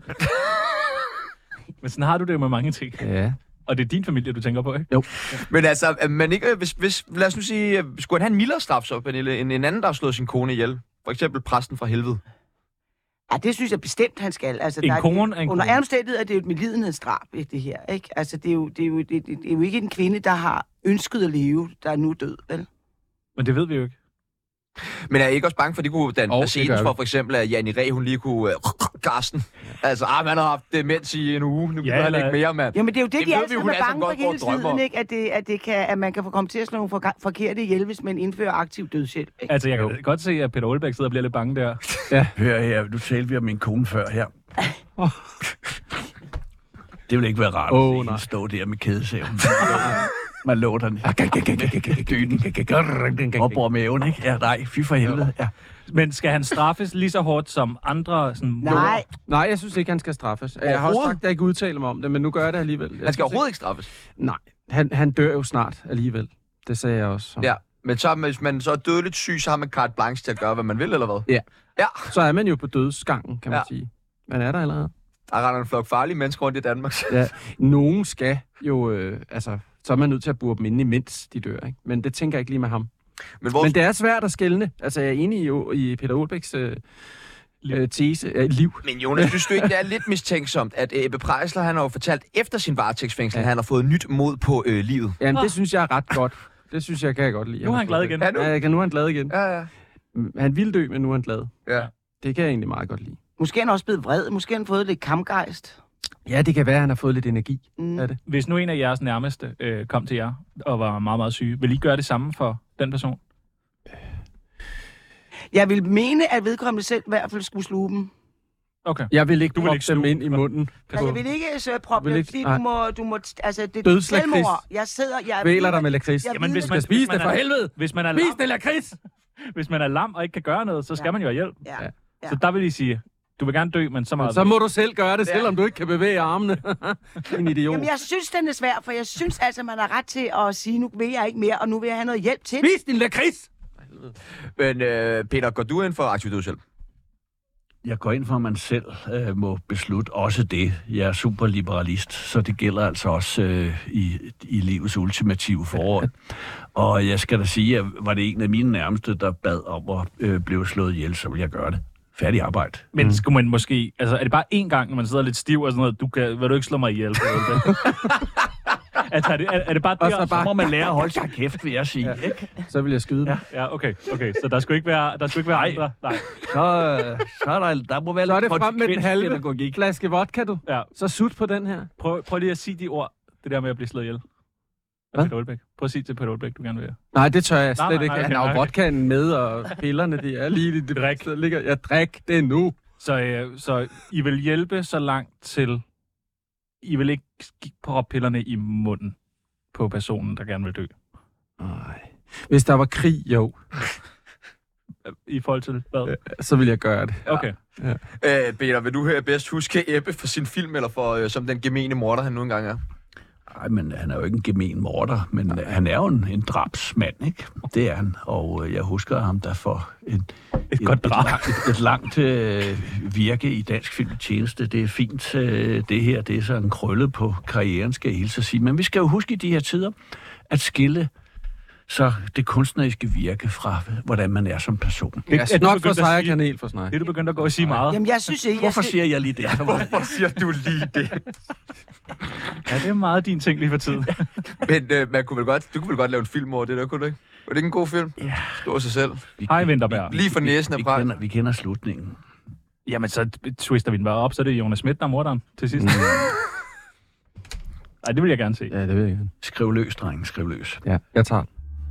Speaker 3: Men sådan har du det jo med mange ting.
Speaker 2: Ja.
Speaker 3: Og det er din familie, du tænker på, ikke?
Speaker 5: Men altså, er man ikke, hvis, hvis, lad os nu sige, øh, skulle han have en mildere straf så, Pernille, end en anden, der har slået sin kone ihjel? For eksempel præsten fra helvede.
Speaker 1: Ja, det synes jeg bestemt, han skal. Altså,
Speaker 3: En
Speaker 1: der er-
Speaker 3: kone er en
Speaker 1: Under
Speaker 3: kone.
Speaker 1: alle omstændigheder er det jo et medlidenhedsdrab, ikke, det her. Ikke? Altså, det er, jo, det, er jo, det, det, det er jo ikke en kvinde, der har ønsket at leve, der er nu død, vel?
Speaker 3: Men det ved vi jo ikke.
Speaker 5: Men er I ikke også bange for, at det kunne danne
Speaker 2: Jo, det
Speaker 5: præcedens
Speaker 2: gør vi.
Speaker 5: for for eksempel, at Janni Ræ, hun lige kunne... Øh, Karsten. Altså, ah, man har haft demens i en uge. Nu
Speaker 3: Ja,
Speaker 5: kan han
Speaker 3: eller-
Speaker 5: ikke mere, mand.
Speaker 1: Jamen, det er jo det,
Speaker 5: Det
Speaker 1: de
Speaker 5: ved
Speaker 1: alle
Speaker 5: vi jo,
Speaker 1: sammen
Speaker 5: hun
Speaker 1: er
Speaker 5: alle
Speaker 1: bange
Speaker 5: sammen
Speaker 1: for
Speaker 5: godt
Speaker 1: hele
Speaker 5: går og drømmer
Speaker 1: tiden,
Speaker 5: om.
Speaker 1: ikke? At, det, at, det kan, at man kan få komme til at slå nogle forga- forkerte ihjel, hvis man indfører aktiv dødshjælp. Ikke?
Speaker 3: Altså, jeg kan godt se, at Peter Olbæk sidder og bliver lidt bange der.
Speaker 4: Hør her, nu talte vi om min kone før her. Det vil ikke være rart
Speaker 2: Åh,
Speaker 4: at se
Speaker 2: nej.
Speaker 4: hende stå der med kædesaven. Man lå den. Dynen. Op over maven, ikke? Ja, nej, fy for helvede. Ja.
Speaker 3: Men skal han straffes lige så hårdt som andre? Sådan,
Speaker 1: Nej,
Speaker 2: Nej, jeg synes ikke, han skal straffes. Jeg har også
Speaker 5: Overhovedet?
Speaker 2: sagt, at jeg ikke udtaler mig om det, men nu gør jeg det alligevel. Jeg
Speaker 5: Han skal
Speaker 2: synes
Speaker 5: overhovedet ikke straffes.
Speaker 2: ikke- Nej, han, han dør jo snart alligevel. Det sagde jeg også. Så,
Speaker 5: Ja, men så, hvis man så er dødeligt syg, så har man carte blanche til at gøre, hvad man vil, eller hvad?
Speaker 2: Ja.
Speaker 5: Ja,
Speaker 2: så er man jo på dødsgangen, kan man
Speaker 5: Ja.
Speaker 2: sige. Man er der allerede.
Speaker 5: der render en flok farlige mennesker rundt i Danmark.
Speaker 2: Ja, nogen skal jo, øh, altså, så er man nødt til at bure dem inde, imens de dør, ikke? Men det tænker jeg ikke lige med ham.
Speaker 5: Men hvor...
Speaker 2: Men det er svært at skelne. Altså, jeg er enig i, i Peter Olbæks øh, øh, tese, øh, liv.
Speaker 5: Men Jonas, synes du ikke, det er lidt mistænksomt, at Ebbe Preisler, han har jo fortalt efter sin varetægtsfængsel,
Speaker 2: Ja.
Speaker 5: at han har fået nyt mod på øh, livet.
Speaker 2: Jamen, det synes jeg er ret godt. Det synes jeg, kan jeg godt lide.
Speaker 3: Nu er han glad igen.
Speaker 5: Er du?
Speaker 2: Ja, jeg kan, nu er han glad igen.
Speaker 5: Ja, ja.
Speaker 2: Han ville dø, men nu er han glad.
Speaker 5: Ja.
Speaker 2: Det kan jeg egentlig meget godt lide.
Speaker 1: måske er han også blevet vred. Måske har han fået lidt kampgejst.
Speaker 2: Ja, det kan være, at han har fået lidt energi
Speaker 1: Mm.
Speaker 2: af det.
Speaker 3: Hvis nu en af jeres nærmeste øh, kom til jer og var meget, meget syge, vil I gøre det samme for den person?
Speaker 1: Jeg vil mene, at vedkommende selv i hvert fald skulle sluge dem.
Speaker 3: Okay.
Speaker 2: Jeg vil ikke
Speaker 3: Du vil
Speaker 2: proppe
Speaker 3: ikke
Speaker 2: dem
Speaker 3: sluge
Speaker 2: ind i munden.
Speaker 1: Altså, jeg vil ikke så proppe
Speaker 2: Vil
Speaker 1: det,
Speaker 2: ikke-
Speaker 1: fordi
Speaker 2: nej.
Speaker 1: du må, du må, altså, det er
Speaker 2: Dødslakrids.
Speaker 1: selvmord. Jeg sidder, jeg
Speaker 2: Kvæler dig med lakrids.
Speaker 1: Jeg
Speaker 3: Jamen,
Speaker 1: ved,
Speaker 3: hvis
Speaker 1: at-
Speaker 3: man,
Speaker 2: skal spise
Speaker 3: hvis man
Speaker 2: det for
Speaker 3: er-
Speaker 2: helvede!
Speaker 3: Hvis man er
Speaker 2: Spis
Speaker 3: lam,
Speaker 2: det lakrids!
Speaker 3: hvis man er lam og ikke kan gøre noget, så skal
Speaker 1: Ja.
Speaker 3: man jo have hjælp.
Speaker 1: Ja.
Speaker 2: Ja.
Speaker 1: Ja.
Speaker 3: Så der vil I sige, du vil gerne dø, men så meget...
Speaker 2: Så må du selv gøre det,
Speaker 5: Ja.
Speaker 2: selvom du ikke kan bevæge armene. En idiot.
Speaker 1: Jamen, jeg synes, den er svær, for jeg synes altså, man har ret til at sige, nu vil jeg ikke mere, og nu vil jeg have noget hjælp til det.
Speaker 2: Spis din lakrids!
Speaker 5: Men øh, Peter, går du ind for aktiv dødshjælp?
Speaker 4: Jeg går ind for, at man selv øh, må beslutte også det. Jeg er superliberalist, så det gælder altså også øh, i, i livets ultimative forhold. Og jeg skal da sige, at var det en af mine nærmeste, der bad om at øh, blive slået ihjel, så vil jeg gøre det. Færdig arbejde.
Speaker 3: Men skulle man måske... Altså, er det bare én gang, når man sidder lidt stiv og sådan noget, du kan, vil du ikke slå mig ihjel? Altså, er det, er, er det bare
Speaker 2: Og
Speaker 3: der?
Speaker 2: så bare-
Speaker 4: Så må man lære at holde sig kæft, vil jeg sige. Ja.
Speaker 2: Så vil jeg skyde dem.
Speaker 3: Ja, okay, okay. Så der skulle ikke være, der skulle ikke være
Speaker 4: Nej.
Speaker 3: andre? Nej.
Speaker 4: Så, øh, så er der, der må være
Speaker 2: Så er
Speaker 4: lidt
Speaker 2: det frem med den halve
Speaker 4: konsekvenspædagogik.
Speaker 2: flaske vodka, du.
Speaker 3: Ja.
Speaker 2: Så sut på den her.
Speaker 3: Prøv, prøv lige at sige de ord. Det der med at blive slået ihjel.
Speaker 2: Hvad?
Speaker 3: Peter Olbæk. Prøv at sige til Peter Olbæk, du gerne vil.
Speaker 2: Nej, det tør jeg slet
Speaker 3: Nej, nej,
Speaker 2: ikke.
Speaker 3: nej,
Speaker 2: Han
Speaker 3: okay,
Speaker 2: har jo
Speaker 3: okay.
Speaker 2: vodkaen med, og pillerne, de er lige... Det
Speaker 3: Drik.
Speaker 2: Så ligger, jeg drik det nu.
Speaker 3: Så, øh, så I vil hjælpe så langt til... I vil ikke proppe pillerne i munden på personen, der gerne vil dø.
Speaker 2: Nej. Hvis der var krig, jo,
Speaker 3: I forhold til hvad?
Speaker 2: så ville jeg gøre det.
Speaker 3: Okay.
Speaker 5: Øh, Peter, vil du her bedst huske Ebbe for sin film, eller for øh, som den gemene morder, han nu engang er?
Speaker 4: Nej, men han er jo ikke en gemen morder, men Nej. han er jo en, en drabsmand, ikke? Det er han, og øh, jeg husker ham der for et,
Speaker 3: Et godt drab.
Speaker 4: Et, et, et langt øh, virke i dansk filmtjeneste. Det er fint, øh, det her, det er så en krølle på karrieren, skal jeg hilse at sige. Men vi skal jo huske i de her tider, at skille så det kunstneriske virke fra, hvordan man er som person.
Speaker 3: Det,
Speaker 2: Ja,
Speaker 3: er du
Speaker 2: snot for
Speaker 3: begyndt at
Speaker 2: sig,
Speaker 3: sige-
Speaker 2: kanel for snej.
Speaker 3: Det er du begyndt at gå og sige meget.
Speaker 1: Jamen, jeg synes ikke... Jeg
Speaker 4: Hvorfor
Speaker 1: synes,
Speaker 4: siger jeg lige det?
Speaker 5: Hvorfor siger du lige det?
Speaker 3: Ja, det er meget din ting lige for tiden.
Speaker 5: Men øh, man kunne vel godt, du kunne vel godt lave en film over det der, kunne du ikke? Var det ikke en god film?
Speaker 4: Ja.
Speaker 5: Stå sig selv.
Speaker 4: Vi,
Speaker 3: Hej, Vinterberg.
Speaker 5: Lige for næsen af
Speaker 4: vi,
Speaker 5: bræt.
Speaker 4: kender, vi kender slutningen.
Speaker 3: Jamen, så twister vi den bare op, så er det Jonas Schmidt, der er morderen til sidst. Nej, det vil jeg gerne se.
Speaker 2: Ja, det vil jeg gerne.
Speaker 4: Skriv løs, drenge, skriv løs.
Speaker 2: Ja, jeg tager.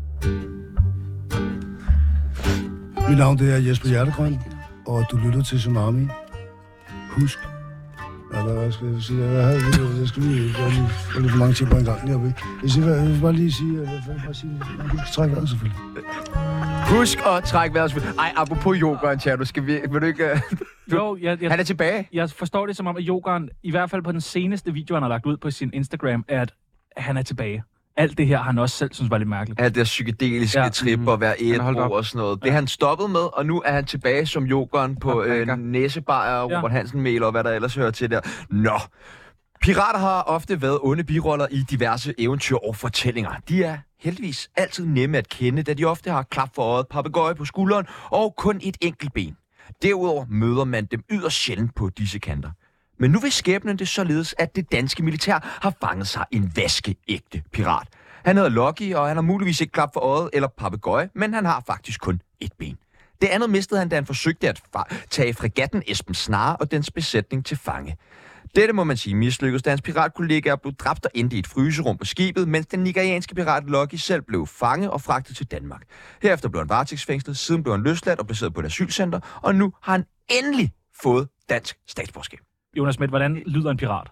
Speaker 8: Mit navn det er Jesper Hjertegrøn, og du lytter til Tsunami. Husk. Ja, hvad skal jeg sige? Jeg, havde, jeg skal lige gøre lige, gøre lige for mange ting på en gang deroppe. Jeg, siger, jeg vil bare lige sige, at jeg vil bare sige, at du skal trække vejret selvfølgelig.
Speaker 5: Husk at trække vejret. Ej, apropos yogaen, Tjerno, skal vi... Vil du ikke... Du,
Speaker 3: Jo, jeg, jeg,
Speaker 5: han er tilbage.
Speaker 3: jeg forstår det som om, at yogaen, i hvert fald på den seneste video, han har lagt ud på sin Instagram, er, at han er tilbage. Alt det her har han også selv synes var lidt mærkeligt.
Speaker 5: Alt det der psykedeliske
Speaker 3: Ja.
Speaker 5: ja. trip og være
Speaker 2: Han er holdt
Speaker 5: ædru
Speaker 2: op.
Speaker 5: og sådan noget. Det har han stoppet med, og nu er han tilbage som yogaen på
Speaker 2: Og
Speaker 5: øh,
Speaker 2: drikker.
Speaker 5: næsebajer,
Speaker 3: Ja.
Speaker 5: Robert Hansen-mel og hvad der ellers hører til der. Nå. Pirater har ofte været onde biroller i diverse eventyr og fortællinger. De er heldigvis altid nemme at kende, da de ofte har klap for øjet, papegøje på skulderen og kun et enkelt ben. Derudover møder man dem yderst sjældent på disse kanter. Men nu vil skæbnen det således, at det danske militær har fanget sig en vaskeægte pirat. Han hedder Lucky, og han har muligvis ikke klap for øjet eller papegøje, men han har faktisk kun et ben. Det andet mistede han, da han forsøgte at fa- tage fregatten Esben Snare og dens besætning til fange. Dette må man sige mislykkedes, da hans piratkollegaer blev dræbt og endte i et fryserum på skibet, mens den nigerianske pirat Lucky selv blev fanget og fragtet til Danmark. Herefter blev han varetægtsfængslet, siden blev han løsladt og placeret på et asylcenter, og nu har han endelig fået dansk statsborgerskab.
Speaker 3: Jonas Schmidt, hvordan lyder en pirat?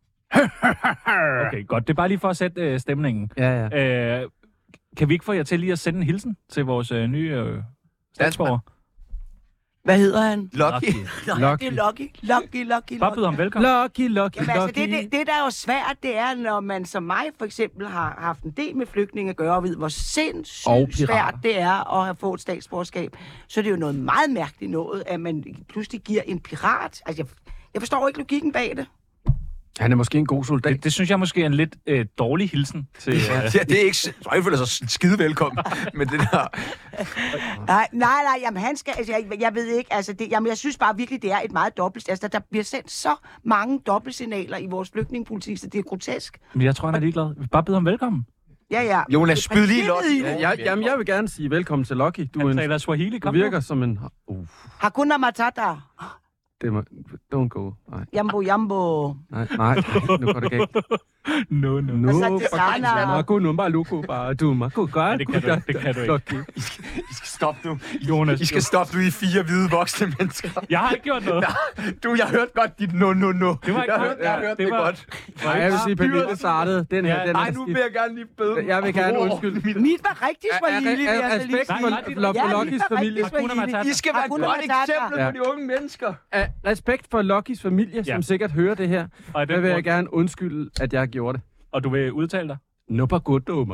Speaker 3: Okay, godt. Det er bare lige for at sætte øh, stemningen.
Speaker 2: Ja, ja.
Speaker 3: Øh, kan vi ikke få jer til lige at sende en hilsen til vores øh, nye øh, statsborger?
Speaker 1: Hvad hedder han?
Speaker 5: Lucky.
Speaker 2: Lucky.
Speaker 1: Det er Lucky. Lucky, Lucky,
Speaker 3: Bare byd ham velkommen.
Speaker 2: Lucky, Lucky,
Speaker 1: Jamen, altså,
Speaker 2: Lucky.
Speaker 1: det, det, det, der er jo svært, det er, når man som mig for eksempel har haft en del med flygtninge at gøre, og ved, hvor
Speaker 2: Og
Speaker 1: sindssygt
Speaker 2: pirater.
Speaker 1: svært det er at have fået et statsborgerskab, så er det jo noget meget mærkeligt noget, at man pludselig giver en pirat. Altså, jeg, jeg forstår ikke logikken bag det.
Speaker 2: Han er måske en god soldat.
Speaker 3: Det, det synes jeg måske er en lidt øh, dårlig hilsen til... Øh,
Speaker 5: Ja, det er ikke... Så jeg føler sig skide velkommen. Men det der...
Speaker 1: Nej, nej, nej, jamen han skal, altså, jeg, jeg ved ikke, altså, det, jamen, jeg synes bare virkelig, det er et meget dobbelt, altså, der bliver sendt så mange dobbeltsignaler i vores flygtningepolitik, så det er grotesk.
Speaker 3: men jeg tror, han er ligeglad. Bare byd ham velkommen.
Speaker 1: Ja, ja.
Speaker 5: Jonas, spyd lige
Speaker 1: princippet i
Speaker 5: Lucky.
Speaker 1: det.
Speaker 2: Ja, jeg, jamen, jeg vil gerne sige velkommen til Lucky. Du, er
Speaker 3: Han
Speaker 2: en,
Speaker 3: taler Swahili.
Speaker 2: du
Speaker 3: Kom
Speaker 2: virker
Speaker 3: nu.
Speaker 2: som en... Uh,
Speaker 1: Hakuna Matata.
Speaker 2: det må, don't go. Nej,
Speaker 1: Jambo, jambo.
Speaker 2: nej, nej. Nu går det galt.
Speaker 3: No, no.
Speaker 2: Nu,
Speaker 1: Altså, Sana.
Speaker 2: Mago, nu bare luko, bare du, Mago, godt.
Speaker 3: Ja, det kan du ikke, det kan du ikke.
Speaker 2: Lucky.
Speaker 5: I skal, I skal stoppe nu.
Speaker 3: Jonas,
Speaker 5: I skal stoppe nu, I fire hvide voksne mennesker.
Speaker 3: jeg har ikke gjort noget.
Speaker 5: Du, jeg hørte godt dit no, no, no.
Speaker 3: Det var ikke
Speaker 5: jeg
Speaker 3: mig.
Speaker 5: hørte, jeg
Speaker 3: Ja,
Speaker 5: hørte
Speaker 3: det
Speaker 5: det
Speaker 3: var-
Speaker 5: godt.
Speaker 2: Nej, jeg vil sige, Pernille startede. Den her,
Speaker 3: Ja,
Speaker 2: den er
Speaker 5: Nej, nu vil jeg gerne lige bede
Speaker 2: Jeg vil gerne undskylde.
Speaker 1: Mit var rigtig swahili, vil jeg så lige
Speaker 2: Respekt
Speaker 1: sige.
Speaker 2: for,
Speaker 3: Nej, nej,
Speaker 2: for, for
Speaker 1: Ja,
Speaker 2: Luckys
Speaker 1: mit var
Speaker 2: familie.
Speaker 1: rigtig swahili.
Speaker 5: I skal være et
Speaker 1: Hakuna
Speaker 5: godt
Speaker 1: Matata.
Speaker 5: eksempel
Speaker 2: Ja.
Speaker 5: på de unge mennesker.
Speaker 2: Af respekt for Luckys familie, som
Speaker 3: Ja.
Speaker 2: sikkert hører det her,
Speaker 3: Og
Speaker 2: der
Speaker 3: den
Speaker 2: vil jeg
Speaker 3: grund-
Speaker 2: gerne undskylde, at jeg gjorde det.
Speaker 3: Og du vil udtale dig?
Speaker 2: No pa good, no ma.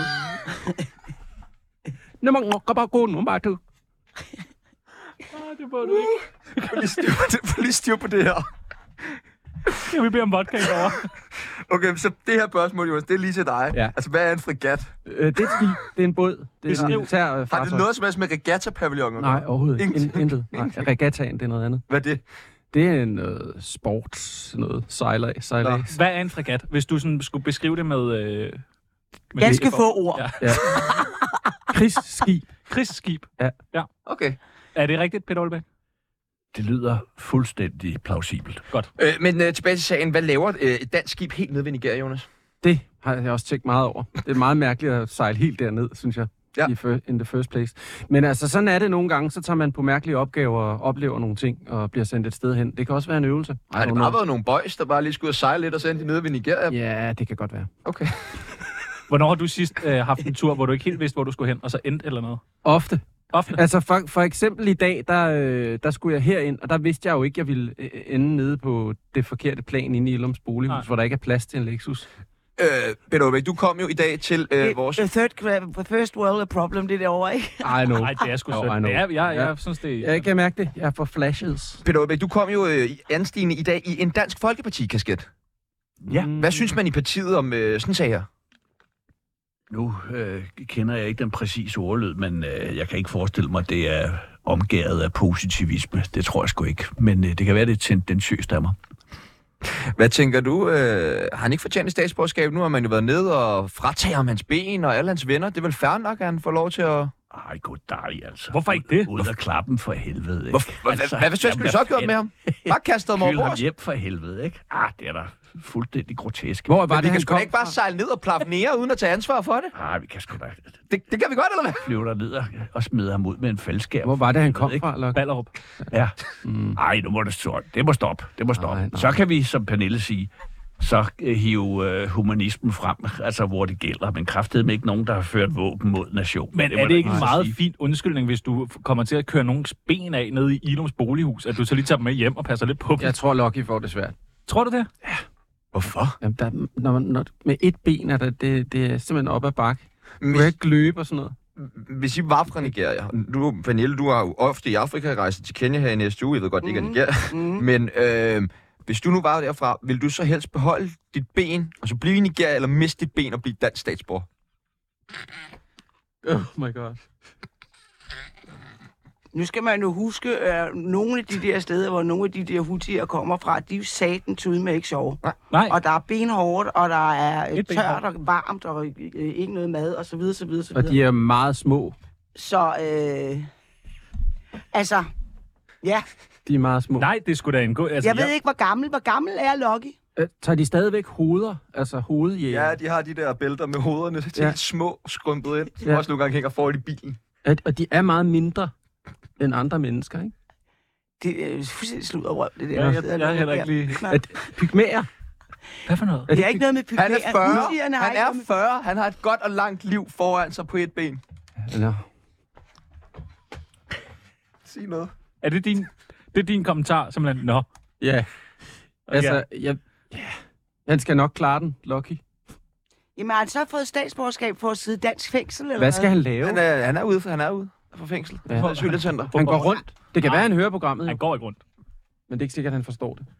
Speaker 2: No ma no pa good, no ma du.
Speaker 3: Det må du ikke.
Speaker 5: Få lige styr på det, få lige styr på det her.
Speaker 3: Jeg vil bede om vodka over.
Speaker 5: Okay, så det her spørgsmål, Jonas, det er lige til dig.
Speaker 2: Ja.
Speaker 5: Altså, hvad er en fregat?
Speaker 2: Øh, det er et skib. Det er en båd. Det er
Speaker 3: Beskriv.
Speaker 2: en militær øh,
Speaker 5: Har det
Speaker 2: fartøj.
Speaker 5: noget som helst med regatta-pavilloner?
Speaker 2: Nej, overhovedet ikke.
Speaker 5: Ingenting.
Speaker 2: In- Intet. Nej, regattaen, det er noget andet.
Speaker 5: Hvad er det?
Speaker 2: Det er noget sport, noget sejlads. sejlads.
Speaker 3: Hvad er en fregat? Hvis du sådan skulle beskrive det med... Øh, med
Speaker 1: Ganske
Speaker 3: det,
Speaker 1: få ord.
Speaker 3: Ja.
Speaker 2: Ja. Krigsskib.
Speaker 3: Krigsskib.
Speaker 2: Ja.
Speaker 3: ja.
Speaker 5: Okay.
Speaker 3: Er det rigtigt, Peter Olbæk?
Speaker 4: Det lyder fuldstændig plausibelt.
Speaker 3: Godt.
Speaker 5: Øh, men øh, tilbage til sagen. Hvad laver øh, et dansk skib helt nede ved Nigeria, Jonas?
Speaker 2: Det har jeg også tænkt meget over. Det er meget mærkeligt at sejle helt derned, synes jeg.
Speaker 5: Ja.
Speaker 2: I fir- in the first place. Men altså, sådan er det nogle gange. Så tager man på mærkelige opgaver og oplever nogle ting og bliver sendt et sted hen. Det kan også være en øvelse.
Speaker 5: Har det bare været nogle boys, der bare lige skulle ud og sejle lidt og sende de nede ved Nigeria?
Speaker 2: Ja, det kan godt være.
Speaker 5: Okay.
Speaker 3: Hvornår har du sidst øh, haft en tur, hvor du ikke helt vidste, hvor du skulle hen, og så endte eller noget?
Speaker 2: Ofte.
Speaker 3: Ofte?
Speaker 2: Altså for, for eksempel i dag, der, øh, der skulle jeg herind, og der vidste jeg jo ikke, at jeg ville øh, ende nede på det forkerte plan inde i Illums Bolighus,
Speaker 3: Nej.
Speaker 2: hvor der ikke er plads til en Lexus.
Speaker 5: Øh, Peter Olbæk, du kom jo i dag til øh, vores...
Speaker 1: The third, first world problem, det derovre, ikke?
Speaker 2: I know.
Speaker 3: Nej, det er sgu
Speaker 2: Oh,
Speaker 3: sødt.
Speaker 2: I know.
Speaker 3: Det er, jeg, jeg,
Speaker 2: Ja.
Speaker 3: jeg synes, det er...
Speaker 2: Jeg kan mærke det. Jeg får flashes.
Speaker 5: Peter Olbæk, du kom jo øh, i anstigende i dag i en Dansk Folkeparti-kasket.
Speaker 4: Ja.
Speaker 2: Mm.
Speaker 5: Hvad synes man i partiet om øh, sådan en sag her?
Speaker 4: Nu øh, kender jeg ikke den præcise ordlyd, men øh, jeg kan ikke forestille mig, at det er omgæret af positivisme. Det tror jeg sgu ikke. Men øh, det kan være, det er tendentiøst af mig.
Speaker 5: Hvad tænker du? Øh, har han ikke fortjent et statsborgerskab? Nu har man jo været nede og frataget ham hans ben og alle hans venner. Det er vel fair nok, at han får lov til at...
Speaker 4: Ej, goddag, altså.
Speaker 3: Hvorfor ikke det?
Speaker 4: Ud af klappen for helvede, ikke?
Speaker 5: Hvor, altså, hvad, hvad, hvad skulle du så have gjort med ham? Bare kastet ham over
Speaker 4: Kyl ham
Speaker 5: bord.
Speaker 4: hjem for helvede, ikke? Ah, det er da fuldstændig grotesk.
Speaker 2: Hvor var
Speaker 5: Men
Speaker 2: det,
Speaker 5: vi
Speaker 2: han
Speaker 5: kan sgu da
Speaker 2: kom
Speaker 5: ikke bare
Speaker 2: fra?
Speaker 5: sejle ned og plaffe nære, uden at tage ansvar for det.
Speaker 4: Ah, vi kan sgu da
Speaker 5: Det, det kan vi godt, eller hvad?
Speaker 4: flyve der ned og, og smide ham ud med en faldskærm.
Speaker 2: Hvor var det, han
Speaker 4: Jeg ved
Speaker 2: kom
Speaker 4: ikke.
Speaker 2: fra, Lok?
Speaker 3: Ballerup.
Speaker 4: Ja.
Speaker 2: Mm.
Speaker 4: Ej, nu må det stoppe. Det må stoppe. Det må stoppe.
Speaker 2: Nej, nej.
Speaker 4: Så kan vi, som Pernille siger, så øh, hive øh, humanismen frem, altså hvor det gælder. Men kraftedeme ikke nogen, der har ført våben mod nationen.
Speaker 3: Men
Speaker 4: må
Speaker 3: er det
Speaker 4: da
Speaker 3: ikke en
Speaker 4: bare
Speaker 3: meget
Speaker 4: sige.
Speaker 3: fin undskyldning, hvis du kommer til at køre nogens ben af nede i Illums Bolighus, at du så lige tager dem med hjem og passer lidt på dem?
Speaker 2: Jeg tror, Lucky får det svært.
Speaker 3: Tror du det?
Speaker 5: Hvorfor?
Speaker 2: Jamen, der, når man, når, med et ben er det, det, det er simpelthen op ad bakke. Du kan ikke løbe og sådan noget.
Speaker 5: Hvis I var fra Nigeria, du, Pernille, du har jo ofte i Afrika rejst til Kenya her i næste uge, jeg ved godt, det ikke er Nigeria,
Speaker 1: Mm.
Speaker 5: men øh, hvis du nu var derfra, vil du så helst beholde dit ben, og så blive i Nigeria, eller miste dit ben og blive dansk statsborger?
Speaker 2: Oh my god.
Speaker 1: Nu skal man jo huske, at nogle af de der steder, hvor nogle af de der hutier kommer fra, de er jo satens ude med ikke sjove.
Speaker 3: Nej.
Speaker 1: Og der er benhårdt, og der er
Speaker 3: Et ben
Speaker 1: tørt og varmt, og øh, ikke noget mad, og så videre, så videre, så
Speaker 2: Og
Speaker 1: videre.
Speaker 2: de er meget små.
Speaker 1: Så, øh, altså, ja.
Speaker 2: De er meget små.
Speaker 3: Nej, det skulle da en god... Altså,
Speaker 1: Jeg ved ikke, hvor gammel, hvor gammel er Lucky?
Speaker 2: Øh, tager de stadigvæk hoveder? Altså hovedjæger?
Speaker 5: Ja, de har de der bælter med hovederne til
Speaker 2: Ja.
Speaker 5: ja. små, skrumpet ind, som
Speaker 2: Ja.
Speaker 5: også nogle gange hænger foran i bilen.
Speaker 2: At, og de er meget mindre end andre mennesker, ikke?
Speaker 1: Det er fuldstændig slud og røv, det der.
Speaker 3: Ja, jeg, jeg er heller ikke lige...
Speaker 1: Nej.
Speaker 2: At pygmæer?
Speaker 3: Hvad for noget?
Speaker 1: Det er ikke noget med pygmæer.
Speaker 5: Han er fyrre,
Speaker 1: Hutierne har
Speaker 5: han
Speaker 1: ikke
Speaker 5: er
Speaker 1: noget med-
Speaker 5: fyrre, han har et godt og langt liv foran sig på et ben.
Speaker 2: Eller,
Speaker 5: Sig noget.
Speaker 3: Er det din, det er din kommentar, simpelthen? Nå.
Speaker 2: ja. Altså, jeg, ja. Han skal nok klare den, Lucky.
Speaker 1: Jamen, har han så fået statsborgerskab for at sidde i dansk fængsel? Eller
Speaker 2: Hvad skal han lave?
Speaker 5: Han er, han er ude, han er ude fra fængsel.
Speaker 2: Ja.
Speaker 5: Ja. Asylcenter.
Speaker 2: Han går rundt. Det kan
Speaker 3: Nej.
Speaker 2: være, han hører programmet,
Speaker 3: Han
Speaker 2: jo.
Speaker 3: går ikke rundt.
Speaker 2: Men det er ikke sikkert, at han forstår det.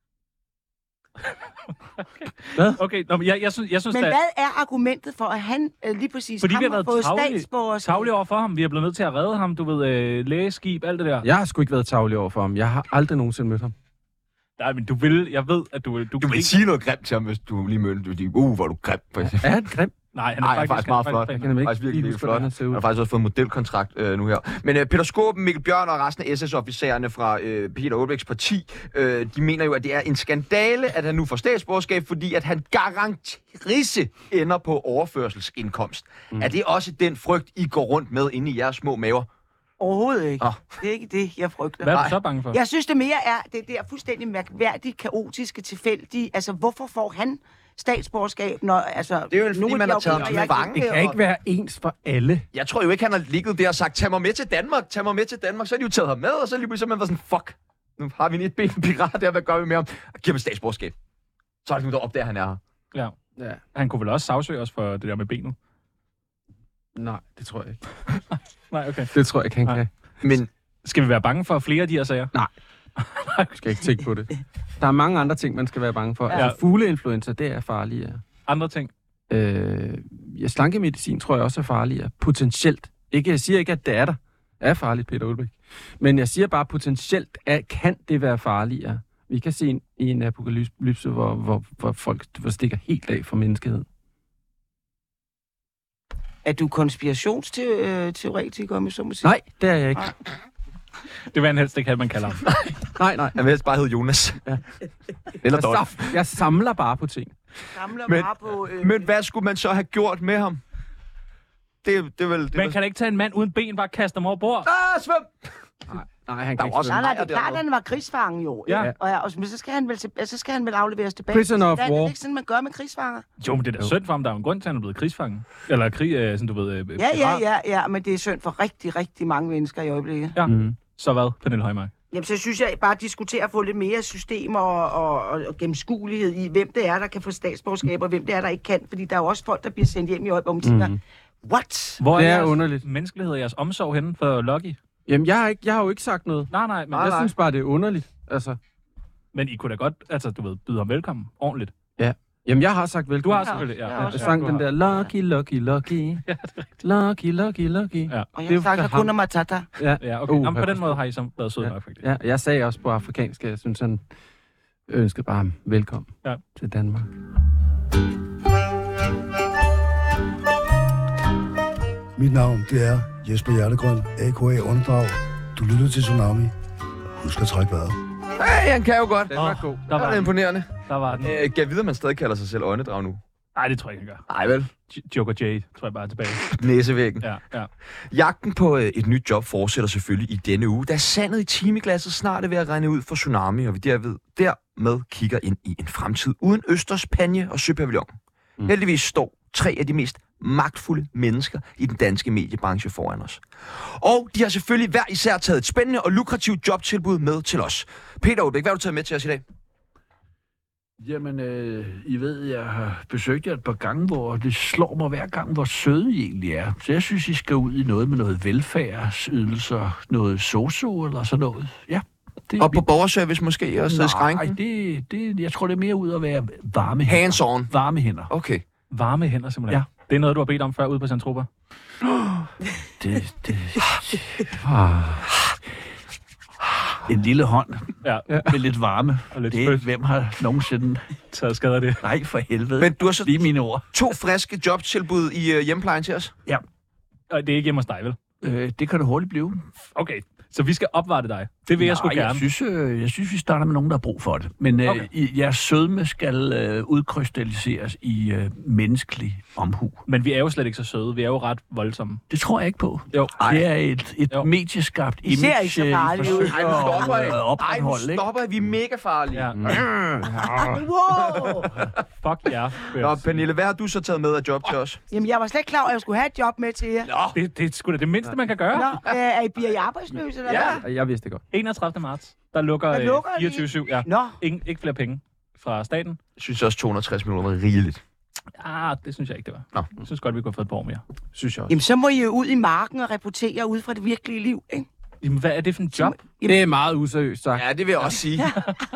Speaker 3: Okay, nå, men jeg, jeg synes, jeg synes
Speaker 1: Men
Speaker 3: da,
Speaker 1: hvad er argumentet for, at han øh, lige præcis
Speaker 3: Fordi
Speaker 1: ham
Speaker 3: vi har
Speaker 1: har
Speaker 3: været
Speaker 1: fået
Speaker 3: tarvelige-
Speaker 1: statsborgerskab?
Speaker 3: tavlig over for ham. Vi er blevet nødt til at redde ham, du ved, øh, lægeskib, alt det der.
Speaker 2: Jeg har sgu ikke været tavlig over for ham. Jeg har aldrig nogensinde mødt ham.
Speaker 3: Nej, men du vil, jeg ved, at du vil...
Speaker 5: Du vil ikke sige noget grimt til ham, hvis du lige mødte. Du vil sige, uh, hvor er du grim, for eksempel.
Speaker 2: Er han grim?
Speaker 3: Nej, han er,
Speaker 5: Nej, han er
Speaker 3: faktisk,
Speaker 5: faktisk meget flot.
Speaker 2: Jeg kan nemlig
Speaker 5: Faktisk
Speaker 2: ikke
Speaker 5: virkelig
Speaker 2: lige huske, hvordan han
Speaker 5: flot.
Speaker 2: ser
Speaker 5: Han
Speaker 2: ud.
Speaker 5: har faktisk også fået en modelkontrakt øh, nu her. Men øh, Peter Skaarup, Mikkel Bjørn og resten af S S-officererne fra øh, Peter Olbæks parti, øh, de mener jo, at det er en skandale, at han nu får statsborgerskab, fordi at han garantrisse ender på overførselsindkomst. Mm. Er det også den frygt, I går rundt med inde i jeres små maver?
Speaker 1: Overhovedet ikke.
Speaker 5: Ah.
Speaker 1: Det er ikke det, jeg frygter.
Speaker 3: Hvad er
Speaker 5: Nej.
Speaker 3: du så bange for?
Speaker 1: Jeg synes, det mere er det der fuldstændig mærkværdigt, kaotiske, tilfældige. Altså, hvorfor får han statsborgerskab, når... Altså,
Speaker 5: Det er jo vel, fordi
Speaker 1: nogle af
Speaker 5: man
Speaker 1: de
Speaker 5: har taget
Speaker 1: afgifter,
Speaker 5: ham
Speaker 1: jeg
Speaker 5: til fange.
Speaker 2: Det kan ikke være ens for alle.
Speaker 5: Jeg tror jo ikke, han har ligget der og sagt, tag mig med til Danmark, tag mig med til Danmark. Så har de jo taget ham med, og så lige pludselig har man været sådan, fuck, nu har vi en et ben pirat der, hvad gør vi med ham? Giv ham statsborgerskab. Så er det nu, der opdager, han er her.
Speaker 3: Ja.
Speaker 2: Ja.
Speaker 3: Han kunne vel også sagsøge os for det der med benet?
Speaker 2: Nej, det tror jeg ikke.
Speaker 3: Nej, okay.
Speaker 2: Det tror jeg ikke, han
Speaker 3: Nej.
Speaker 2: kan.
Speaker 5: Men
Speaker 3: Skal vi være bange for flere af de her sager?
Speaker 2: Jeg skal ikke tænke på det. Der er mange andre ting, man skal være bange for.
Speaker 3: Ja.
Speaker 2: Altså, fugleinfluenza, det er farligere.
Speaker 3: Andre ting?
Speaker 2: Øh, ja, slankemedicin tror jeg også er farligere. Potentielt. Ikke, jeg siger ikke, at det er der. er farligt, Peter Aalbæk. Men jeg siger bare, potentielt at, kan det være farligere. Vi kan se en, en apokalypse, hvor, hvor, hvor folk hvor stikker helt af for menneskeheden.
Speaker 1: Er du konspirationsteoretiker, om jeg så må sige?
Speaker 2: Nej, det er jeg ikke. Nej.
Speaker 3: Det vil han helst ikke have, man kalder ham.
Speaker 2: nej, nej.
Speaker 5: Jeg vil helst bare hedde Jonas. Ja. Eller
Speaker 2: jeg, sam- jeg samler bare på ting.
Speaker 1: Samler
Speaker 5: men,
Speaker 1: bare på... Øh,
Speaker 5: men hvad skulle man så have gjort med ham? Det, det vel, det
Speaker 3: man
Speaker 5: var...
Speaker 3: kan ikke tage en mand uden ben, bare kaste ham over bord.
Speaker 5: Ah, svøm!
Speaker 2: Nej, nej, han kan ikke
Speaker 1: også nej, nej, det er klart, at han var krigsfange jo.
Speaker 3: Ja.
Speaker 1: Og, ja, og så, skal han vel, så skal han vel afleveres tilbage.
Speaker 2: Prisoner of
Speaker 1: war. Det er
Speaker 2: ikke
Speaker 1: sådan, man gør med krigsfanger.
Speaker 3: Jo, men det er da synd for ham. Der er jo en grund til, at han er blevet krigsfange. Eller krig, øh, sådan du ved... Øh,
Speaker 1: ja, ja, ja, ja, men det er synd for rigtig, rigtig mange mennesker i øjeblikket.
Speaker 3: Ja, mm. Så hvad, Pernille Højmark?
Speaker 1: Jamen, så synes jeg bare at diskutere at få lidt mere system og, og, og, og gennemskuelighed i, hvem det er, der kan få statsborgerskab, og hvem det er, der ikke kan. Fordi der er jo også folk, der bliver sendt hjem i øjeblikket, hvor man tænker, mm. what?
Speaker 3: Hvor er,
Speaker 2: det er
Speaker 3: jeres
Speaker 2: underligt.
Speaker 3: menneskelighed og jeres omsorg henne for Lucky?
Speaker 2: Jamen, jeg har, ikke, jeg har jo ikke sagt noget.
Speaker 3: Nej, nej, men
Speaker 2: nej, jeg nej. synes bare, det er underligt. Altså.
Speaker 3: Men I kunne da godt, altså, du ved, byde ham velkommen ordentligt.
Speaker 2: Ja. Jamen, jeg har sagt velkommen.
Speaker 3: Du har selvfølgelig, ja.
Speaker 2: ja, ja jeg sang den der, Lucky, Lucky, Lucky.
Speaker 3: Ja,
Speaker 2: Lucky, Lucky, Lucky.
Speaker 1: Ja. Og jeg sagde Hakuna Matata.
Speaker 3: Ja, ja okay. Uh, Jamen, på den måde har I så været søde
Speaker 2: ja.
Speaker 3: nok, faktisk.
Speaker 2: Ja, jeg sagde også på afrikansk, jeg synes, han ønskede bare ham velkommen ja. til Danmark.
Speaker 8: Mit navn, det er Jesper Hjertegrøn, A K A Åndedrag. Du lytter til Tsunami. Husk at trække vejret.
Speaker 5: Hey, han kan jo godt.
Speaker 2: Den var god.
Speaker 3: Der var
Speaker 5: det imponerende.
Speaker 3: Der var den.
Speaker 5: Æh, kan jeg vide, at man stadig kalder sig selv Åndedrag nu?
Speaker 3: Nej, det tror jeg ikke, han gør.
Speaker 5: Nej, vel?
Speaker 3: Joker J, tror jeg bare er tilbage.
Speaker 5: Næsevæggen.
Speaker 3: Ja, ja.
Speaker 5: Jagten på øh, et nyt job fortsætter selvfølgelig i denne uge, da sandet i timeglasset snart er ved at rende ud for Tsunami, og vi derved dermed kigger ind i en fremtid uden Østers, Panje og Søpavillon. Mm. Heldigvis står tre af de mest magtfulde mennesker i den danske mediebranche foran os. Og de har selvfølgelig hver især taget et spændende og lukrativt jobtilbud med til os. Peter Aalbæk, hvad har du taget med til os i dag?
Speaker 4: Jamen, øh, I ved, jeg har besøgt jer et par gange, hvor det slår mig hver gang, hvor søde I egentlig er. Så jeg synes, I skal ud i noget med noget velfærdsydelser, noget sosu eller sådan noget. Ja. Det
Speaker 5: og på borgerservice måske også?
Speaker 4: Nej, det, det, jeg tror, det er mere ud at være varme
Speaker 5: hænder. Hands-on?
Speaker 4: Varme hænder.
Speaker 5: Okay.
Speaker 3: Varme hænder simpelthen? Ja. Det er noget, du har bedt om før ude på Centropa?
Speaker 4: det, det... En lille hånd ja. med lidt varme. Og lidt det, hvem har nogensinde
Speaker 3: taget skade af det?
Speaker 4: Nej, for helvede.
Speaker 5: Men du har så
Speaker 4: lige mine ord.
Speaker 5: To friske jobtilbud i uh, hjemmeplejen til os?
Speaker 3: Ja. Og det er ikke hjemme hos dig, vel?
Speaker 4: Øh, det kan det hurtigt blive.
Speaker 3: Okay, så vi skal opvarte dig. Det vil
Speaker 4: Nej,
Speaker 3: jeg sgu gerne.
Speaker 4: Jeg synes, øh, jeg synes, vi starter med nogen, der har brug for det. Men øh, okay. jeres sødme skal øh, udkrystalliseres i øh, menneskelig omhu.
Speaker 3: Men vi er jo slet ikke så søde. Vi er jo ret voldsomme.
Speaker 4: Det tror jeg ikke på.
Speaker 3: Jo.
Speaker 4: Det er et, et medieskabt image.
Speaker 1: I ser ikke så farlige ud.
Speaker 5: Ej, nu stopper I. Ej, nu stopper I. Vi er mega farlige. Ja. Mm.
Speaker 1: Wow.
Speaker 3: Fuck ja.
Speaker 5: Nå, Pernille, hvad har du så taget med af job til os?
Speaker 1: Jamen, jeg var slet ikke klar over, at jeg skulle have et job med til jer.
Speaker 3: Nå. Det, det er sgu da det mindste, man kan gøre.
Speaker 1: Nå, øh, er I bliver I arbejdsløse, eller
Speaker 3: ja.
Speaker 1: hvad?
Speaker 2: Jeg vidste det godt.
Speaker 3: enogtredivte marts, der lukker, der lukker fireogtyve syv. Ja.
Speaker 1: Nå.
Speaker 3: Ingen, ikke flere penge fra staten.
Speaker 5: Jeg synes også, to hundrede og tres millioner var rigeligt.
Speaker 3: Ah, det synes jeg ikke, det var.
Speaker 5: Nå.
Speaker 3: Jeg synes godt, vi kunne have fået et par år mere.
Speaker 2: Synes jeg også.
Speaker 1: Jamen, så må I jo ud i marken og rapportere ud fra det virkelige liv, ikke?
Speaker 3: Jamen, hvad er det for en job?
Speaker 2: Jamen, det er meget useriøst sagt.
Speaker 5: Ja, det vil jeg også sige.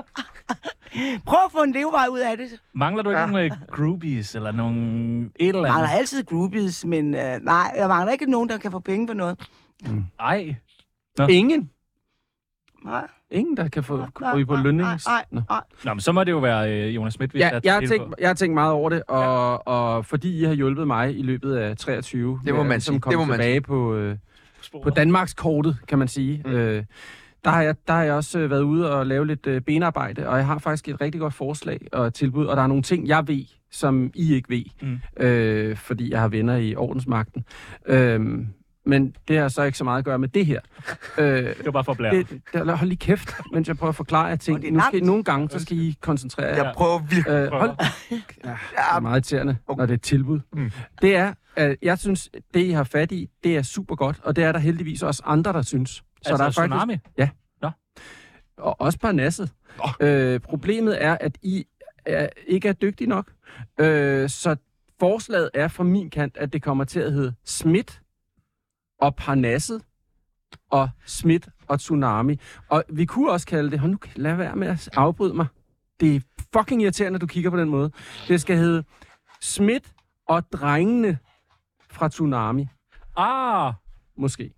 Speaker 1: Prøv at få en levevej ud af det.
Speaker 3: Mangler du ikke ja. nogle groupies eller nogle et eller andet?
Speaker 1: Jeg mangler altid groupies, men uh, nej, jeg mangler ikke nogen, der kan få penge for noget.
Speaker 3: Nej.
Speaker 2: Mm. Ingen?
Speaker 1: Nej.
Speaker 2: Ingen, der kan få
Speaker 1: nej,
Speaker 2: på lønnings?
Speaker 1: Nej, nej, nej.
Speaker 3: Nå, men så må det jo være øh, Jonas Schmidt, vi
Speaker 2: ja,
Speaker 3: skal
Speaker 2: jeg, har tænkt, jeg har tænkt meget over det, og, ja. og fordi I har hjulpet mig i løbet af treogtyve,
Speaker 5: det må man
Speaker 2: som
Speaker 5: sige.
Speaker 2: kom
Speaker 5: det må man
Speaker 2: tilbage
Speaker 5: sige.
Speaker 2: på, øh, på Danmarks kortet, kan man sige. Mm. Øh, der, har jeg, der har jeg også øh, været ude og lave lidt øh, benarbejde, og jeg har faktisk et rigtig godt forslag og tilbud, og der er nogle ting, jeg ved, som I ikke ved, mm. øh, fordi jeg har venner i ordensmagten. Øh, Men det har så ikke så meget at gøre med det her. Øh,
Speaker 3: det var bare for at blære.
Speaker 2: Det, det, hold lige kæft, mens jeg prøver at forklare jer ting. Nu skal I, nogle gange, så skal I koncentrere jer.
Speaker 5: Jeg prøver virkelig.
Speaker 2: Øh, hold. Ja, det er meget irriterende, okay. når det er et tilbud. Mm. Det er, at jeg synes, det I har fat i, det er super godt, og det er der heldigvis også andre, der synes. Så
Speaker 3: altså
Speaker 2: der er
Speaker 3: Tsunami?
Speaker 2: faktisk, ja.
Speaker 3: Nå.
Speaker 2: Og også Parnasset. Oh. Øh, problemet er, at I er, ikke er dygtige nok. Øh, så forslaget er fra min kant, at det kommer til at hedde Schmidt og Parnasset og Schmidt og Tsunami. Og vi kunne også kalde det, hold nu, lad være med at afbryde mig. Det er fucking irriterende, at du kigger på den måde. Det skal hedde Schmidt og drengene fra Tsunami.
Speaker 3: Ah!
Speaker 2: Måske.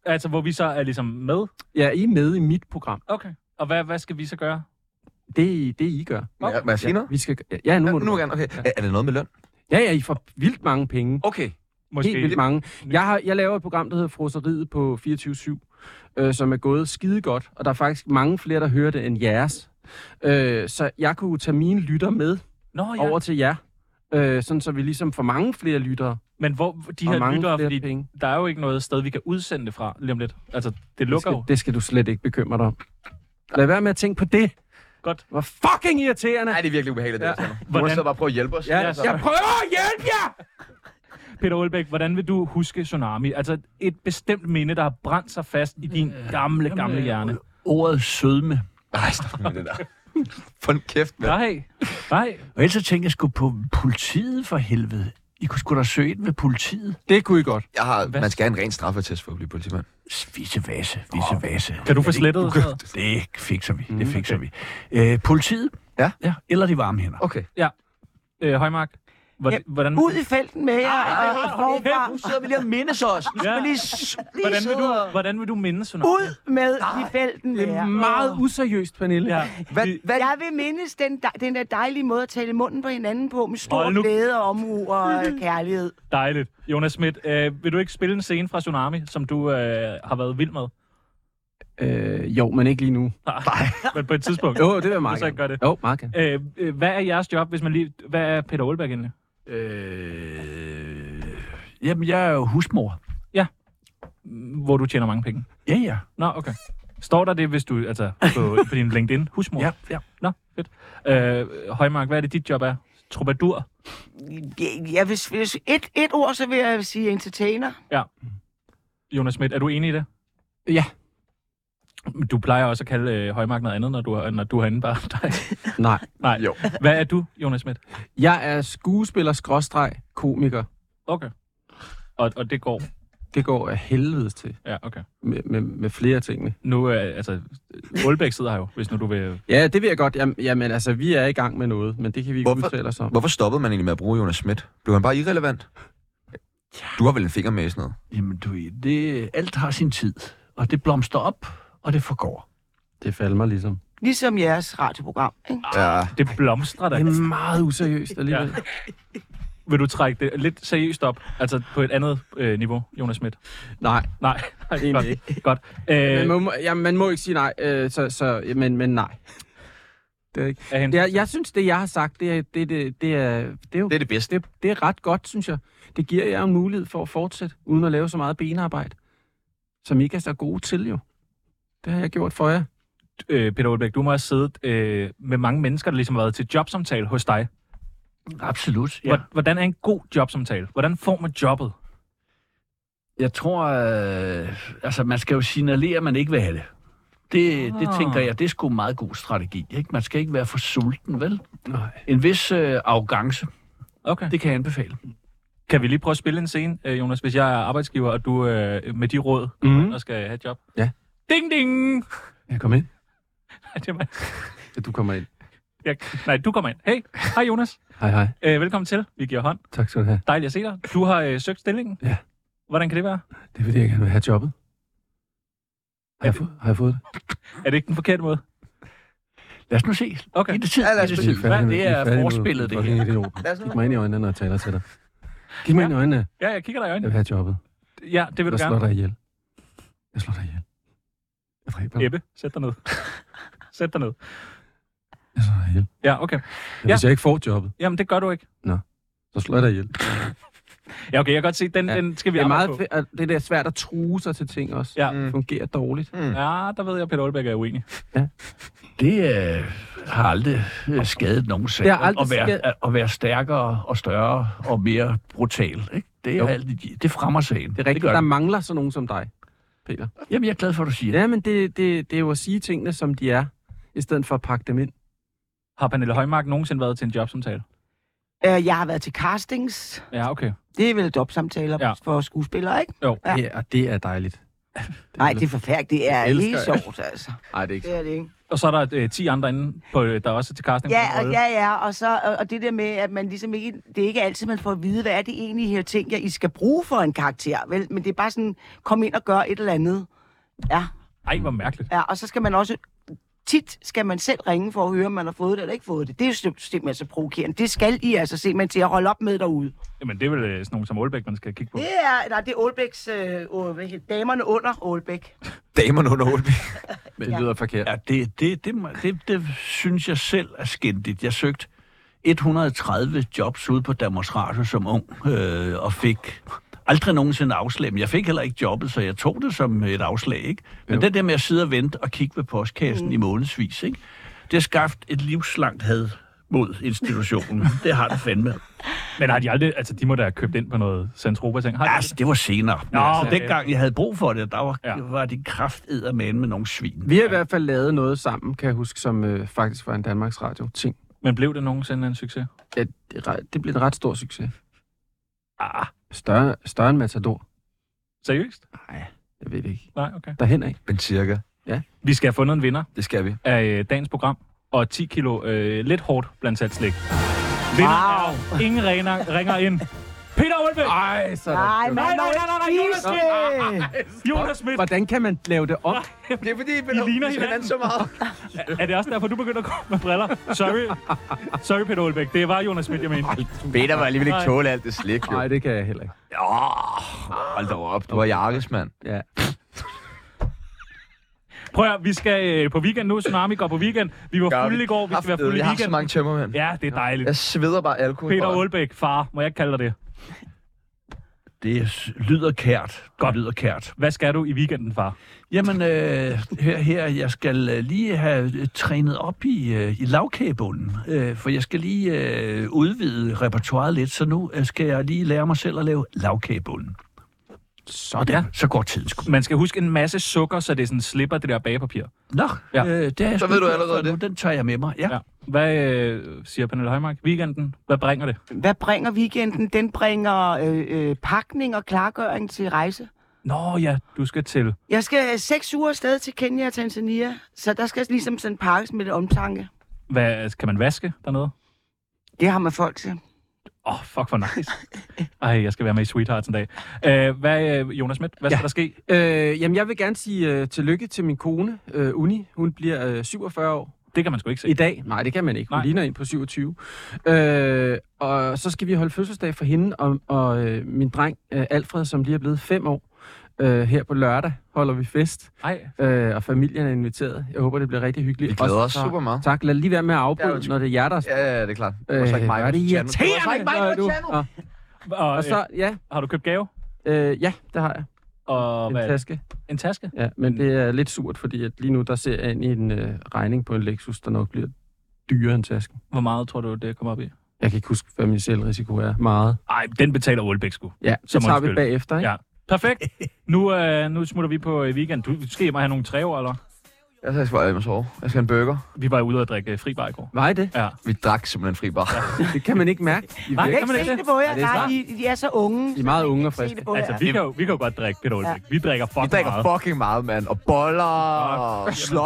Speaker 3: Altså, hvor vi så er ligesom med?
Speaker 2: Ja, I er med i mit program.
Speaker 3: Okay. Og hvad, hvad skal vi så gøre?
Speaker 2: Det, det I gør.
Speaker 5: Må jeg, må jeg sige noget?
Speaker 2: Vi skal, ja, nu må
Speaker 5: Ja,
Speaker 2: du.
Speaker 5: nu gerne. Okay.
Speaker 2: Ja.
Speaker 5: Er, er det noget med løn?
Speaker 2: Ja, ja, I får vildt mange penge.
Speaker 5: Okay.
Speaker 3: Måske.
Speaker 2: Helt vildt mange. Jeg, har, jeg laver et program, der hedder Froseriet på fireogtyve syv, øh, som er gået skide godt, og der er faktisk mange flere, der hører det end jeres. Øh, så jeg kunne tage mine lytter med
Speaker 3: Nå, ja.
Speaker 2: over til jer, øh, sådan så vi ligesom får mange flere lyttere.
Speaker 3: Men hvor de
Speaker 2: og
Speaker 3: her
Speaker 2: mange
Speaker 3: lyttere,
Speaker 2: flere
Speaker 3: fordi
Speaker 2: penge.
Speaker 3: der er jo ikke noget sted, vi kan udsende det fra lige om lidt. Altså, det
Speaker 2: Det
Speaker 3: lukker
Speaker 2: skal,
Speaker 3: jo.
Speaker 2: det skal du slet ikke bekymre dig om. Lad være med at tænke på det.
Speaker 3: Godt.
Speaker 2: Hvor fucking irriterende.
Speaker 5: Nej, det er virkelig ubehageligt, det
Speaker 2: Ja.
Speaker 5: der. Hvordan? Du
Speaker 3: Hvordan-
Speaker 5: må bare prøve at hjælpe os.
Speaker 2: Ja,
Speaker 3: Ja, så-
Speaker 2: jeg prøver at hjælpe jer!
Speaker 3: Peter Aalbæk, hvordan vil du huske Tsunami? Altså, et bestemt minde, der har brændt sig fast i din gamle, gamle hjerne.
Speaker 4: Ordet sødme.
Speaker 5: Nej, stop med det der. For en kæft, mand.
Speaker 3: Nej, nej.
Speaker 4: Og ellers så tænkte jeg sgu på politiet for helvede. I kunne sgu da søge ind ved politiet.
Speaker 2: Det kunne I godt.
Speaker 5: Jeg har,
Speaker 3: Hvad?
Speaker 5: man skal have en ren straffetest for at blive politimand.
Speaker 4: Vise vase, vise vase.
Speaker 3: Kan du få
Speaker 4: Er det
Speaker 3: slettet
Speaker 4: ikke-
Speaker 3: sådan noget?
Speaker 4: Det fikser vi, det fikser vi. Øh, politiet?
Speaker 5: Ja.
Speaker 4: Ja, eller de varme hænder.
Speaker 5: Okay.
Speaker 3: Øh, Højmark, hvordan...
Speaker 1: Ja,
Speaker 3: hvordan
Speaker 1: Ud i felten med jer. og- og forfra.
Speaker 4: Nu sidder vi lige og mindes os. Nu
Speaker 3: Ja.
Speaker 4: skal vi lige, s- lige
Speaker 3: hvordan, vil
Speaker 4: sidde
Speaker 3: du,
Speaker 4: og-
Speaker 3: hvordan vil du minde Tsunami?
Speaker 1: Ud med i felten med
Speaker 2: Det er
Speaker 1: jer.
Speaker 2: meget useriøst, Pernille.
Speaker 3: Ja.
Speaker 5: Hvad,
Speaker 3: Vi-
Speaker 5: hvad,
Speaker 1: Jeg vil mindes den, de- den der dejlige måde at tale munden på hinanden på, med stor
Speaker 3: Hold nu-
Speaker 1: glæde og omhu og øh, kærlighed.
Speaker 3: Dejligt. Jonas Schmidt, øh, vil du ikke spille en scene fra Tsunami, som du øh, har været vild med?
Speaker 2: Øh, jo, men ikke lige nu.
Speaker 3: Nej. Men på et tidspunkt.
Speaker 2: Jo, det vil jeg meget
Speaker 3: Hvis jeg ikke
Speaker 2: gerne.
Speaker 3: gør det.
Speaker 2: Jo, meget gerne.
Speaker 3: Øh, øh, hvad er jeres job, hvis man lige... Hvad er Peter Aalbæk egentlig?
Speaker 4: Øh, jamen, jeg er jo husmor.
Speaker 3: Hvor du tjener mange penge.
Speaker 4: Ja, ja.
Speaker 3: Nå, okay. Står der det, hvis du... Altså, på, på din LinkedIn? Husmor?
Speaker 4: Ja, ja.
Speaker 3: Nå, fedt. Øh, Højmark, hvad er det, dit job er? Troubadour?
Speaker 1: Jeg hvis, hvis et, et ord, så vil jeg sige entertainer.
Speaker 3: Jonas Schmidt, er du enig i det?
Speaker 2: Ja.
Speaker 3: Du plejer også at kalde øh, Højmark noget andet, når du, er- når du er inde bare dig.
Speaker 2: Nej.
Speaker 3: Nej.
Speaker 5: Jo.
Speaker 3: Hvad er du, Jonas Schmidt?
Speaker 2: Jeg er skuespiller, skråstreg, komiker.
Speaker 3: Okay. Og, og det går?
Speaker 2: Det går af helvedes til
Speaker 3: Ja, okay.
Speaker 2: med, med, med flere ting.
Speaker 3: Nu, øh, altså, Aalbæk sidder her jo, hvis nu du vil...
Speaker 2: Ja, det vil jeg godt. Jamen, jamen, altså, vi er i gang med noget, men det kan vi ikke
Speaker 5: Hvorfor-
Speaker 2: udtale os om.
Speaker 5: hvorfor stoppede man egentlig med at bruge Jonas Schmidt? Blev han bare irrelevant? Du har vel en finger med i sådan noget?
Speaker 4: Jamen, du ved, det, alt har sin tid. Og det blomster op, og det forgår.
Speaker 2: Det falder mig ligesom.
Speaker 1: Ligesom jeres radioprogram. Ikke?
Speaker 5: Ja.
Speaker 3: Det blomstrer da.
Speaker 2: Det er meget useriøst alligevel.
Speaker 3: Ja. Vil du trække det lidt seriøst op? Altså på et andet øh, niveau, Jonas Schmidt?
Speaker 2: Nej,
Speaker 3: Nej, nej
Speaker 2: egentlig
Speaker 3: godt.
Speaker 2: ikke.
Speaker 3: godt. Øh,
Speaker 2: Men man må, ja, man må ikke sige nej, øh, så, så, men, men nej. Det er ikke.
Speaker 3: er hen-
Speaker 2: Det er, jeg synes, det jeg har sagt, det er, det, det, det er, det er jo
Speaker 5: Det er det bedste.
Speaker 2: det, det er ret godt, synes jeg. Det giver jer en mulighed for at fortsætte, uden at lave så meget benarbejde, som I ikke er så gode til jo. Det har jeg gjort for jer.
Speaker 3: øh, Peter Aalbæk, du må have siddet øh, med mange mennesker, der ligesom har været til jobsamtale hos dig.
Speaker 4: Absolut, ja.
Speaker 3: Ja. Hvordan er en god jobsamtale? Hvordan får man jobbet?
Speaker 4: Jeg tror, øh, altså man skal jo signalere, at man ikke vil have det. Det, det
Speaker 3: Ah.
Speaker 4: tænker jeg, det er sgu en meget god strategi. Ikke? Man skal ikke være for sulten, vel?
Speaker 2: Nej.
Speaker 4: En vis øh, arrogance,
Speaker 3: Okay.
Speaker 4: det kan jeg anbefale.
Speaker 3: Kan vi lige prøve at spille en scene, øh, Jonas, hvis jeg er arbejdsgiver, og du øh, med de råd,
Speaker 2: Mhm.
Speaker 3: og skal have et job?
Speaker 2: Ja.
Speaker 3: Ding, ding!
Speaker 2: Jeg kommer ind.
Speaker 3: Nej, det er mig.
Speaker 2: Ja, du kommer ind.
Speaker 3: Jeg, nej, du kommer ind. Hey, hej Jonas.
Speaker 2: Hej, hej.
Speaker 3: Øh, velkommen til. Vi giver hånd.
Speaker 2: Tak skal du have.
Speaker 3: Dejligt at se dig. Du har øh, søgt stillingen.
Speaker 2: Ja.
Speaker 3: Hvordan kan det være?
Speaker 2: Det er fordi, jeg gerne vil have jobbet. Har jeg, fået, har jeg fået det?
Speaker 3: Er det ikke den forkerte måde?
Speaker 4: Lad os nu se.
Speaker 3: Okay.
Speaker 4: Giv det tid.
Speaker 5: Ja, lad os
Speaker 4: Giv det
Speaker 5: se.
Speaker 4: tid. Hvad, det er forspillet, det her.
Speaker 2: her. Kig mig ind i øjnene, når jeg taler til dig. Kig mig ind i øjnene.
Speaker 3: Ja, jeg kigger dig i
Speaker 2: Jeg
Speaker 3: øjnene.
Speaker 2: vil have jobbet.
Speaker 3: Ja, det vil du
Speaker 2: Jeg slår
Speaker 3: gerne.
Speaker 2: dig ihjel. Jeg slår dig ihjel. Jeg dræber dig.
Speaker 3: Ebbe, sæt dig ned. Sæt dig ned.
Speaker 2: Jeg slår dig ihjel.
Speaker 3: Ja, okay.
Speaker 2: Ja. Hvis jeg ikke får jobbet,
Speaker 3: Jamen, det gør du ikke.
Speaker 2: så slår jeg dig ihjel.
Speaker 3: Ja, okay, jeg kan godt se, den,
Speaker 2: Ja.
Speaker 3: den skal vi
Speaker 2: Det er,
Speaker 3: arbejde
Speaker 2: meget,
Speaker 3: på.
Speaker 2: fe- og det er svært at true sig til ting også.
Speaker 3: Ja.
Speaker 2: Det fungerer dårligt.
Speaker 5: Mm.
Speaker 3: Ja, der ved jeg, at Peter Aalbæk er uenig.
Speaker 4: Det øh, har aldrig øh, skadet nogen sag.
Speaker 2: Det har aldrig
Speaker 4: at, være,
Speaker 2: skadet-
Speaker 4: at, at være stærkere og større og mere brutal. Ikke? Det, er
Speaker 2: Jo.
Speaker 4: altid, det fremmer sagen.
Speaker 2: Det er rigtigt,
Speaker 4: gør
Speaker 2: der
Speaker 4: det.
Speaker 2: mangler sådan nogen som dig, Peter.
Speaker 4: Jamen, jeg er glad for, at du siger det.
Speaker 2: Ja, men det, det, det er jo at sige tingene, som de er, i stedet for at pakke dem ind.
Speaker 3: Har Pernille Højmark nogensinde været til en jobsamtale?
Speaker 1: Øh, Jeg har været til castings.
Speaker 3: Ja, okay.
Speaker 1: Det er vel jobsamtaler
Speaker 3: Ja.
Speaker 1: ja. for skuespillere, ikke?
Speaker 3: Jo.
Speaker 1: Ja.
Speaker 2: Ja. Det, og det er dejligt.
Speaker 1: Nej, det er forfærdeligt. Det er
Speaker 2: elsker
Speaker 1: helt
Speaker 2: jeg.
Speaker 1: sjovt, altså.
Speaker 2: Nej, det er ikke
Speaker 1: Det er det ikke.
Speaker 3: Og så er der øh, ti andre inde, på, der er også til casting.
Speaker 1: Ja, og, ja, ja, og, så, og, og det der med, at man ligesom ikke, det er ikke altid, man får at vide, hvad er det egentlig her ting, jeg I skal bruge for en karakter, vel? Men det er bare sådan, kom ind og gør et eller andet. Ja,
Speaker 3: Ej, hvor mærkeligt.
Speaker 1: ja, og så skal man også, tit skal man selv ringe for at høre, om man har fået det eller ikke fået det. Det er jo simpelthen så provokerende. Det skal I altså simpelthen til at holde op med derude.
Speaker 3: Jamen, det er vel øh, sådan nogle som Aalbæk, man skal kigge på.
Speaker 1: Det er, nej, det er Aalbæks, øh, øh, hvad hedder det? Damerne under Aalbæk.
Speaker 5: Damerne under Aalbæk.
Speaker 2: Det lyder forkert.
Speaker 4: Ja, det, det, det, det, det synes jeg selv er skændigt. Jeg søgte et hundrede og tredive jobs ude på Danmarks Radio som ung, øh, og fik aldrig nogensinde afslag. Men jeg fik heller ikke jobbet, så jeg tog det som et afslag, ikke? Men
Speaker 2: Jo.
Speaker 4: det der med at sidde og vente og kigge ved postkassen mm. i månedsvis, ikke? Det har skabt et livslangt had mod institutionen. Det har det fandme.
Speaker 3: Men har de aldrig, altså de må da have købt ind på noget Centropa-ting. Har de?
Speaker 4: Altså, det var senere.
Speaker 3: Nå,
Speaker 4: Nå, altså,
Speaker 3: okay.
Speaker 4: dengang jeg havde brug for det, der var,
Speaker 3: Ja.
Speaker 4: ja. var de krafteddermænd med nogle svin.
Speaker 2: Vi har i hvert fald lavet noget sammen, kan jeg huske, som øh, faktisk var en Danmarks Radio-ting.
Speaker 3: Men blev det nogensinde en succes?
Speaker 2: Ja, det, er ret- det blev en ret stor succes.
Speaker 3: Ah,
Speaker 2: Større, større end Matador.
Speaker 3: seriøst?
Speaker 2: Nej, jeg ved det ikke.
Speaker 3: Nej, okay.
Speaker 2: Derhen af.
Speaker 5: Men cirka.
Speaker 3: Vi skal have fundet en vinder
Speaker 5: Det skal vi.
Speaker 3: af øh, dagens program, og ti kilo øh, lidt hårdt blandt sat slik. Vinder
Speaker 1: Wow.
Speaker 3: er ingen ringer, ringer ind. Peter Aalbæk!
Speaker 2: Ej, så
Speaker 1: Nej, man
Speaker 3: nej,
Speaker 1: må
Speaker 3: nej, nej, nej,
Speaker 1: ikke spise det.
Speaker 3: Jonas Schmidt!
Speaker 2: Hvordan kan man lave det om?
Speaker 5: Det er fordi,
Speaker 3: I ligner hinanden
Speaker 5: så meget.
Speaker 3: Er det også derfor, du begynder at gå med briller? Sorry. Sorry, Peter Aalbæk. Det var Jonas Schmidt, jeg mente.
Speaker 5: Peter var alligevel ikke
Speaker 3: Nej.
Speaker 5: tåle alt det slik, jo.
Speaker 2: Nej, det kan jeg heller ikke.
Speaker 5: Hold da op. Du var Jarkes, mand.
Speaker 2: Ja.
Speaker 3: Prøv at, vi skal øh, på weekend nu. Tsunami går på weekend. Vi var fulde i går. Vi skal være fulde i
Speaker 5: Jeg har så
Speaker 3: weekend.
Speaker 5: mange tømmermænd.
Speaker 3: Ja, det er dejligt.
Speaker 5: Jeg sveder bare alkohol.
Speaker 3: Peter Aalbæk, far. Må jeg ikke kalde dig det?
Speaker 4: Det s- lyder kært. Godt lyder kært.
Speaker 3: Hvad skal du i weekenden, far?
Speaker 4: Jamen, øh, her, her, jeg skal øh, lige have øh, trænet op i, øh, i lavkagebunden, øh, for jeg skal lige øh, udvide repertoiret lidt, så nu øh, skal jeg lige lære mig selv at lave lavkagebunden. Sådan,
Speaker 3: Ja.
Speaker 4: ja. Så går tiden sgu.
Speaker 3: Man skal huske en masse sukker, så det sådan slipper det der bagepapir.
Speaker 4: Nå,
Speaker 3: Ja.
Speaker 4: ja. øh, det er jeg
Speaker 5: Så
Speaker 4: sgu
Speaker 5: ved du
Speaker 4: glad
Speaker 5: allerede
Speaker 4: for nu.
Speaker 5: det.
Speaker 4: Den tager jeg med mig, ja.
Speaker 3: Ja. Hvad øh, siger Pernille Højmark? Weekenden, hvad bringer det?
Speaker 1: Hvad bringer weekenden? Den bringer øh, øh, pakning og klargøring til rejse.
Speaker 3: Nå ja, du skal til.
Speaker 1: Jeg skal seks uger afsted til Kenya og Tanzania, så der skal ligesom sådan pakkes med det omtanke.
Speaker 3: Hvad, kan man vaske dernede?
Speaker 1: Det har man folk til.
Speaker 3: Åh, oh, fuck for nice. Ej, jeg skal være med i Sweethearts en dag. Uh, hvad, uh, Jonas Schmidt, hvad
Speaker 2: Ja.
Speaker 3: skal der ske?
Speaker 2: Øh, jamen, jeg vil gerne sige øh, tillykke til min kone, øh, Uni. Hun bliver øh, syvogfyrre år.
Speaker 3: Det kan man sgu ikke se.
Speaker 2: I dag? Nej, det kan man ikke. Hun
Speaker 3: Nej.
Speaker 2: ligner en på syvogtyve. Øh, og så skal vi holde fødselsdag for hende, og, og øh, min dreng øh, Alfred, som lige er blevet fem år. Øh, her på lørdag holder vi fest,
Speaker 3: Ej,
Speaker 2: øh, og familien er inviteret. Jeg håber, det bliver rigtig hyggeligt.
Speaker 5: Vi glæder
Speaker 2: Og
Speaker 5: os
Speaker 2: så-
Speaker 5: super meget.
Speaker 2: Tak, lad lige være med at afbryde,
Speaker 5: Ja,
Speaker 2: ja,
Speaker 5: undskyld.
Speaker 2: når det er jer, der...
Speaker 5: Ja, ja, det er klart. Det var
Speaker 2: Øh,
Speaker 5: så ikke mig,
Speaker 2: hvor er det
Speaker 5: der tog chatten.
Speaker 2: irriterende,
Speaker 5: Det var så ikke mig, der
Speaker 2: du.
Speaker 5: tog chatten.
Speaker 3: og,
Speaker 2: Og så, ja,
Speaker 3: har du købt gave?
Speaker 2: øh, ja, det har jeg.
Speaker 3: Og
Speaker 2: En
Speaker 3: hvad?
Speaker 2: taske.
Speaker 3: En taske?
Speaker 2: Ja, men det er lidt surt, fordi at lige nu, der ser jeg ind i en øh, regning på en Lexus, der nok bliver dyrere end tasken.
Speaker 3: Hvor meget tror du, det kommer op i?
Speaker 2: Jeg kan ikke huske, hvad min selvrisiko er. Meget.
Speaker 3: Ej, den betaler Aalbæk sgu.
Speaker 2: Ja,
Speaker 3: Som
Speaker 2: så tager vi
Speaker 3: undskyld.
Speaker 2: bagefter, ikke?
Speaker 3: Ja. Perfekt. Nu, øh, nu smutter vi på øh, weekend. Du skal hjem og have nogle træer, eller?
Speaker 5: Jeg skal bare hjem og sove. Jeg skal have en burger.
Speaker 3: Vi var ude og drikke øh, fri bar i går.
Speaker 2: Var I det?
Speaker 3: Ja.
Speaker 5: Vi drak simpelthen fri bar.
Speaker 2: Det kan man ikke mærke. I
Speaker 3: Nej,
Speaker 2: virker-
Speaker 3: kan man ikke
Speaker 1: Se
Speaker 3: det?
Speaker 1: det på jer.
Speaker 2: det er
Speaker 1: Nej,
Speaker 2: smart.
Speaker 1: I, I er så unge.
Speaker 2: I er meget
Speaker 1: så
Speaker 2: unge
Speaker 1: jeg
Speaker 2: og
Speaker 1: kan ikke se
Speaker 2: friske.
Speaker 1: det på
Speaker 3: Altså,
Speaker 1: jer.
Speaker 3: vi kan, jo, vi kan jo godt drikke Peter Aalbæk. Vi drikker fucking
Speaker 5: Vi drikker
Speaker 3: meget.
Speaker 5: fucking meget, mand. Og boller, og slås,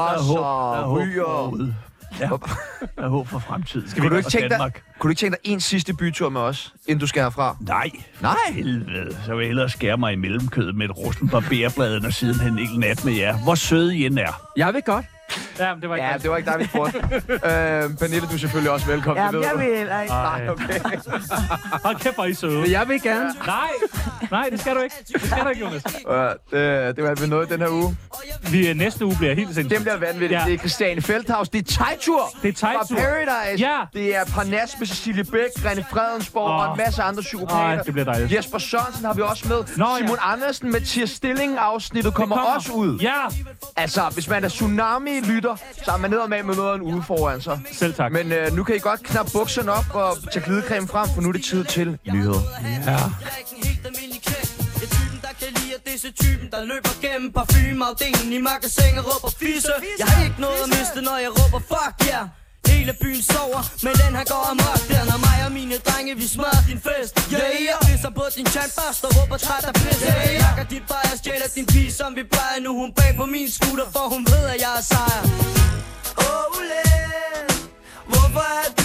Speaker 5: og ryger.
Speaker 4: Ja. Jeg håber for fremtiden.
Speaker 5: Kunne du ikke tænke dig,
Speaker 4: Danmark?
Speaker 5: kunne du ikke tænke dig en sidste bytur med os, inden du skal herfra?
Speaker 4: Nej.
Speaker 5: Nej.
Speaker 4: Helvede. Så vil jeg hellere skære mig i mellemkødet med et rusten barberblad, og siden en hel nat med jer. Hvor søde I end er.
Speaker 2: Jeg vil godt.
Speaker 3: Ja, det var ikke
Speaker 5: Ja, det var ikke dig, vi spurgte. øh, Pernille, du er selvfølgelig også velkommen.
Speaker 1: Ja,
Speaker 5: det ved
Speaker 1: jeg
Speaker 5: du.
Speaker 1: vil heller ikke.
Speaker 3: Ej,
Speaker 5: Okay.
Speaker 3: hold kæft, hvor er I søde.
Speaker 2: Men jeg vil gerne.
Speaker 3: Nej, nej, det skal du ikke. Det skal du ikke, Jonas.
Speaker 5: Øh, det, det var alt, vi nåede den her uge.
Speaker 3: Vi, næste uge bliver helt sindssygt.
Speaker 5: Det bliver vanvittigt.
Speaker 3: Ja.
Speaker 5: Det er Christiane Feldhaus. Det er Thai-tur.
Speaker 3: Det er Thai-tur.
Speaker 5: Fra Paradise.
Speaker 3: Ja.
Speaker 5: Det er Parnas med Cecilie Bæk, René Fredensborg
Speaker 3: Åh.
Speaker 5: og en masse andre psykopater.
Speaker 3: Ej, det bliver dejligt.
Speaker 5: Jesper Sørensen har vi også med.
Speaker 3: Nå, ja.
Speaker 5: Simon Andersen med Tia Stilling-afsnittet kommer,
Speaker 3: kommer.
Speaker 5: også ud.
Speaker 3: Ja,
Speaker 5: Altså, hvis man er Tsunami-lytter, så er man ned med med noget af en uge foran sig.
Speaker 3: selv tak.
Speaker 5: Men øh, nu kan I godt knappe bukserne op og tage glidecreme frem, for nu er det tid til nyheder.
Speaker 9: Disse typen, der løber gennem parfumeafdelingen i magasin og råber fisse. Jeg har ikke noget at miste, når jeg råber fuck yeah. hele byen sover. Men den her går amok der, når mig og mine drenge, vi smadrer din fest. Yeah, yeah. Pisser på din tandbørst og råber træt af pis. Yeah, yeah. Jakker dit bajer, stjæler din pige, som vi plejer. Nu hun bag på min scooter, for hun ved, at jeg er sejr. Oh, let. Hvorfor er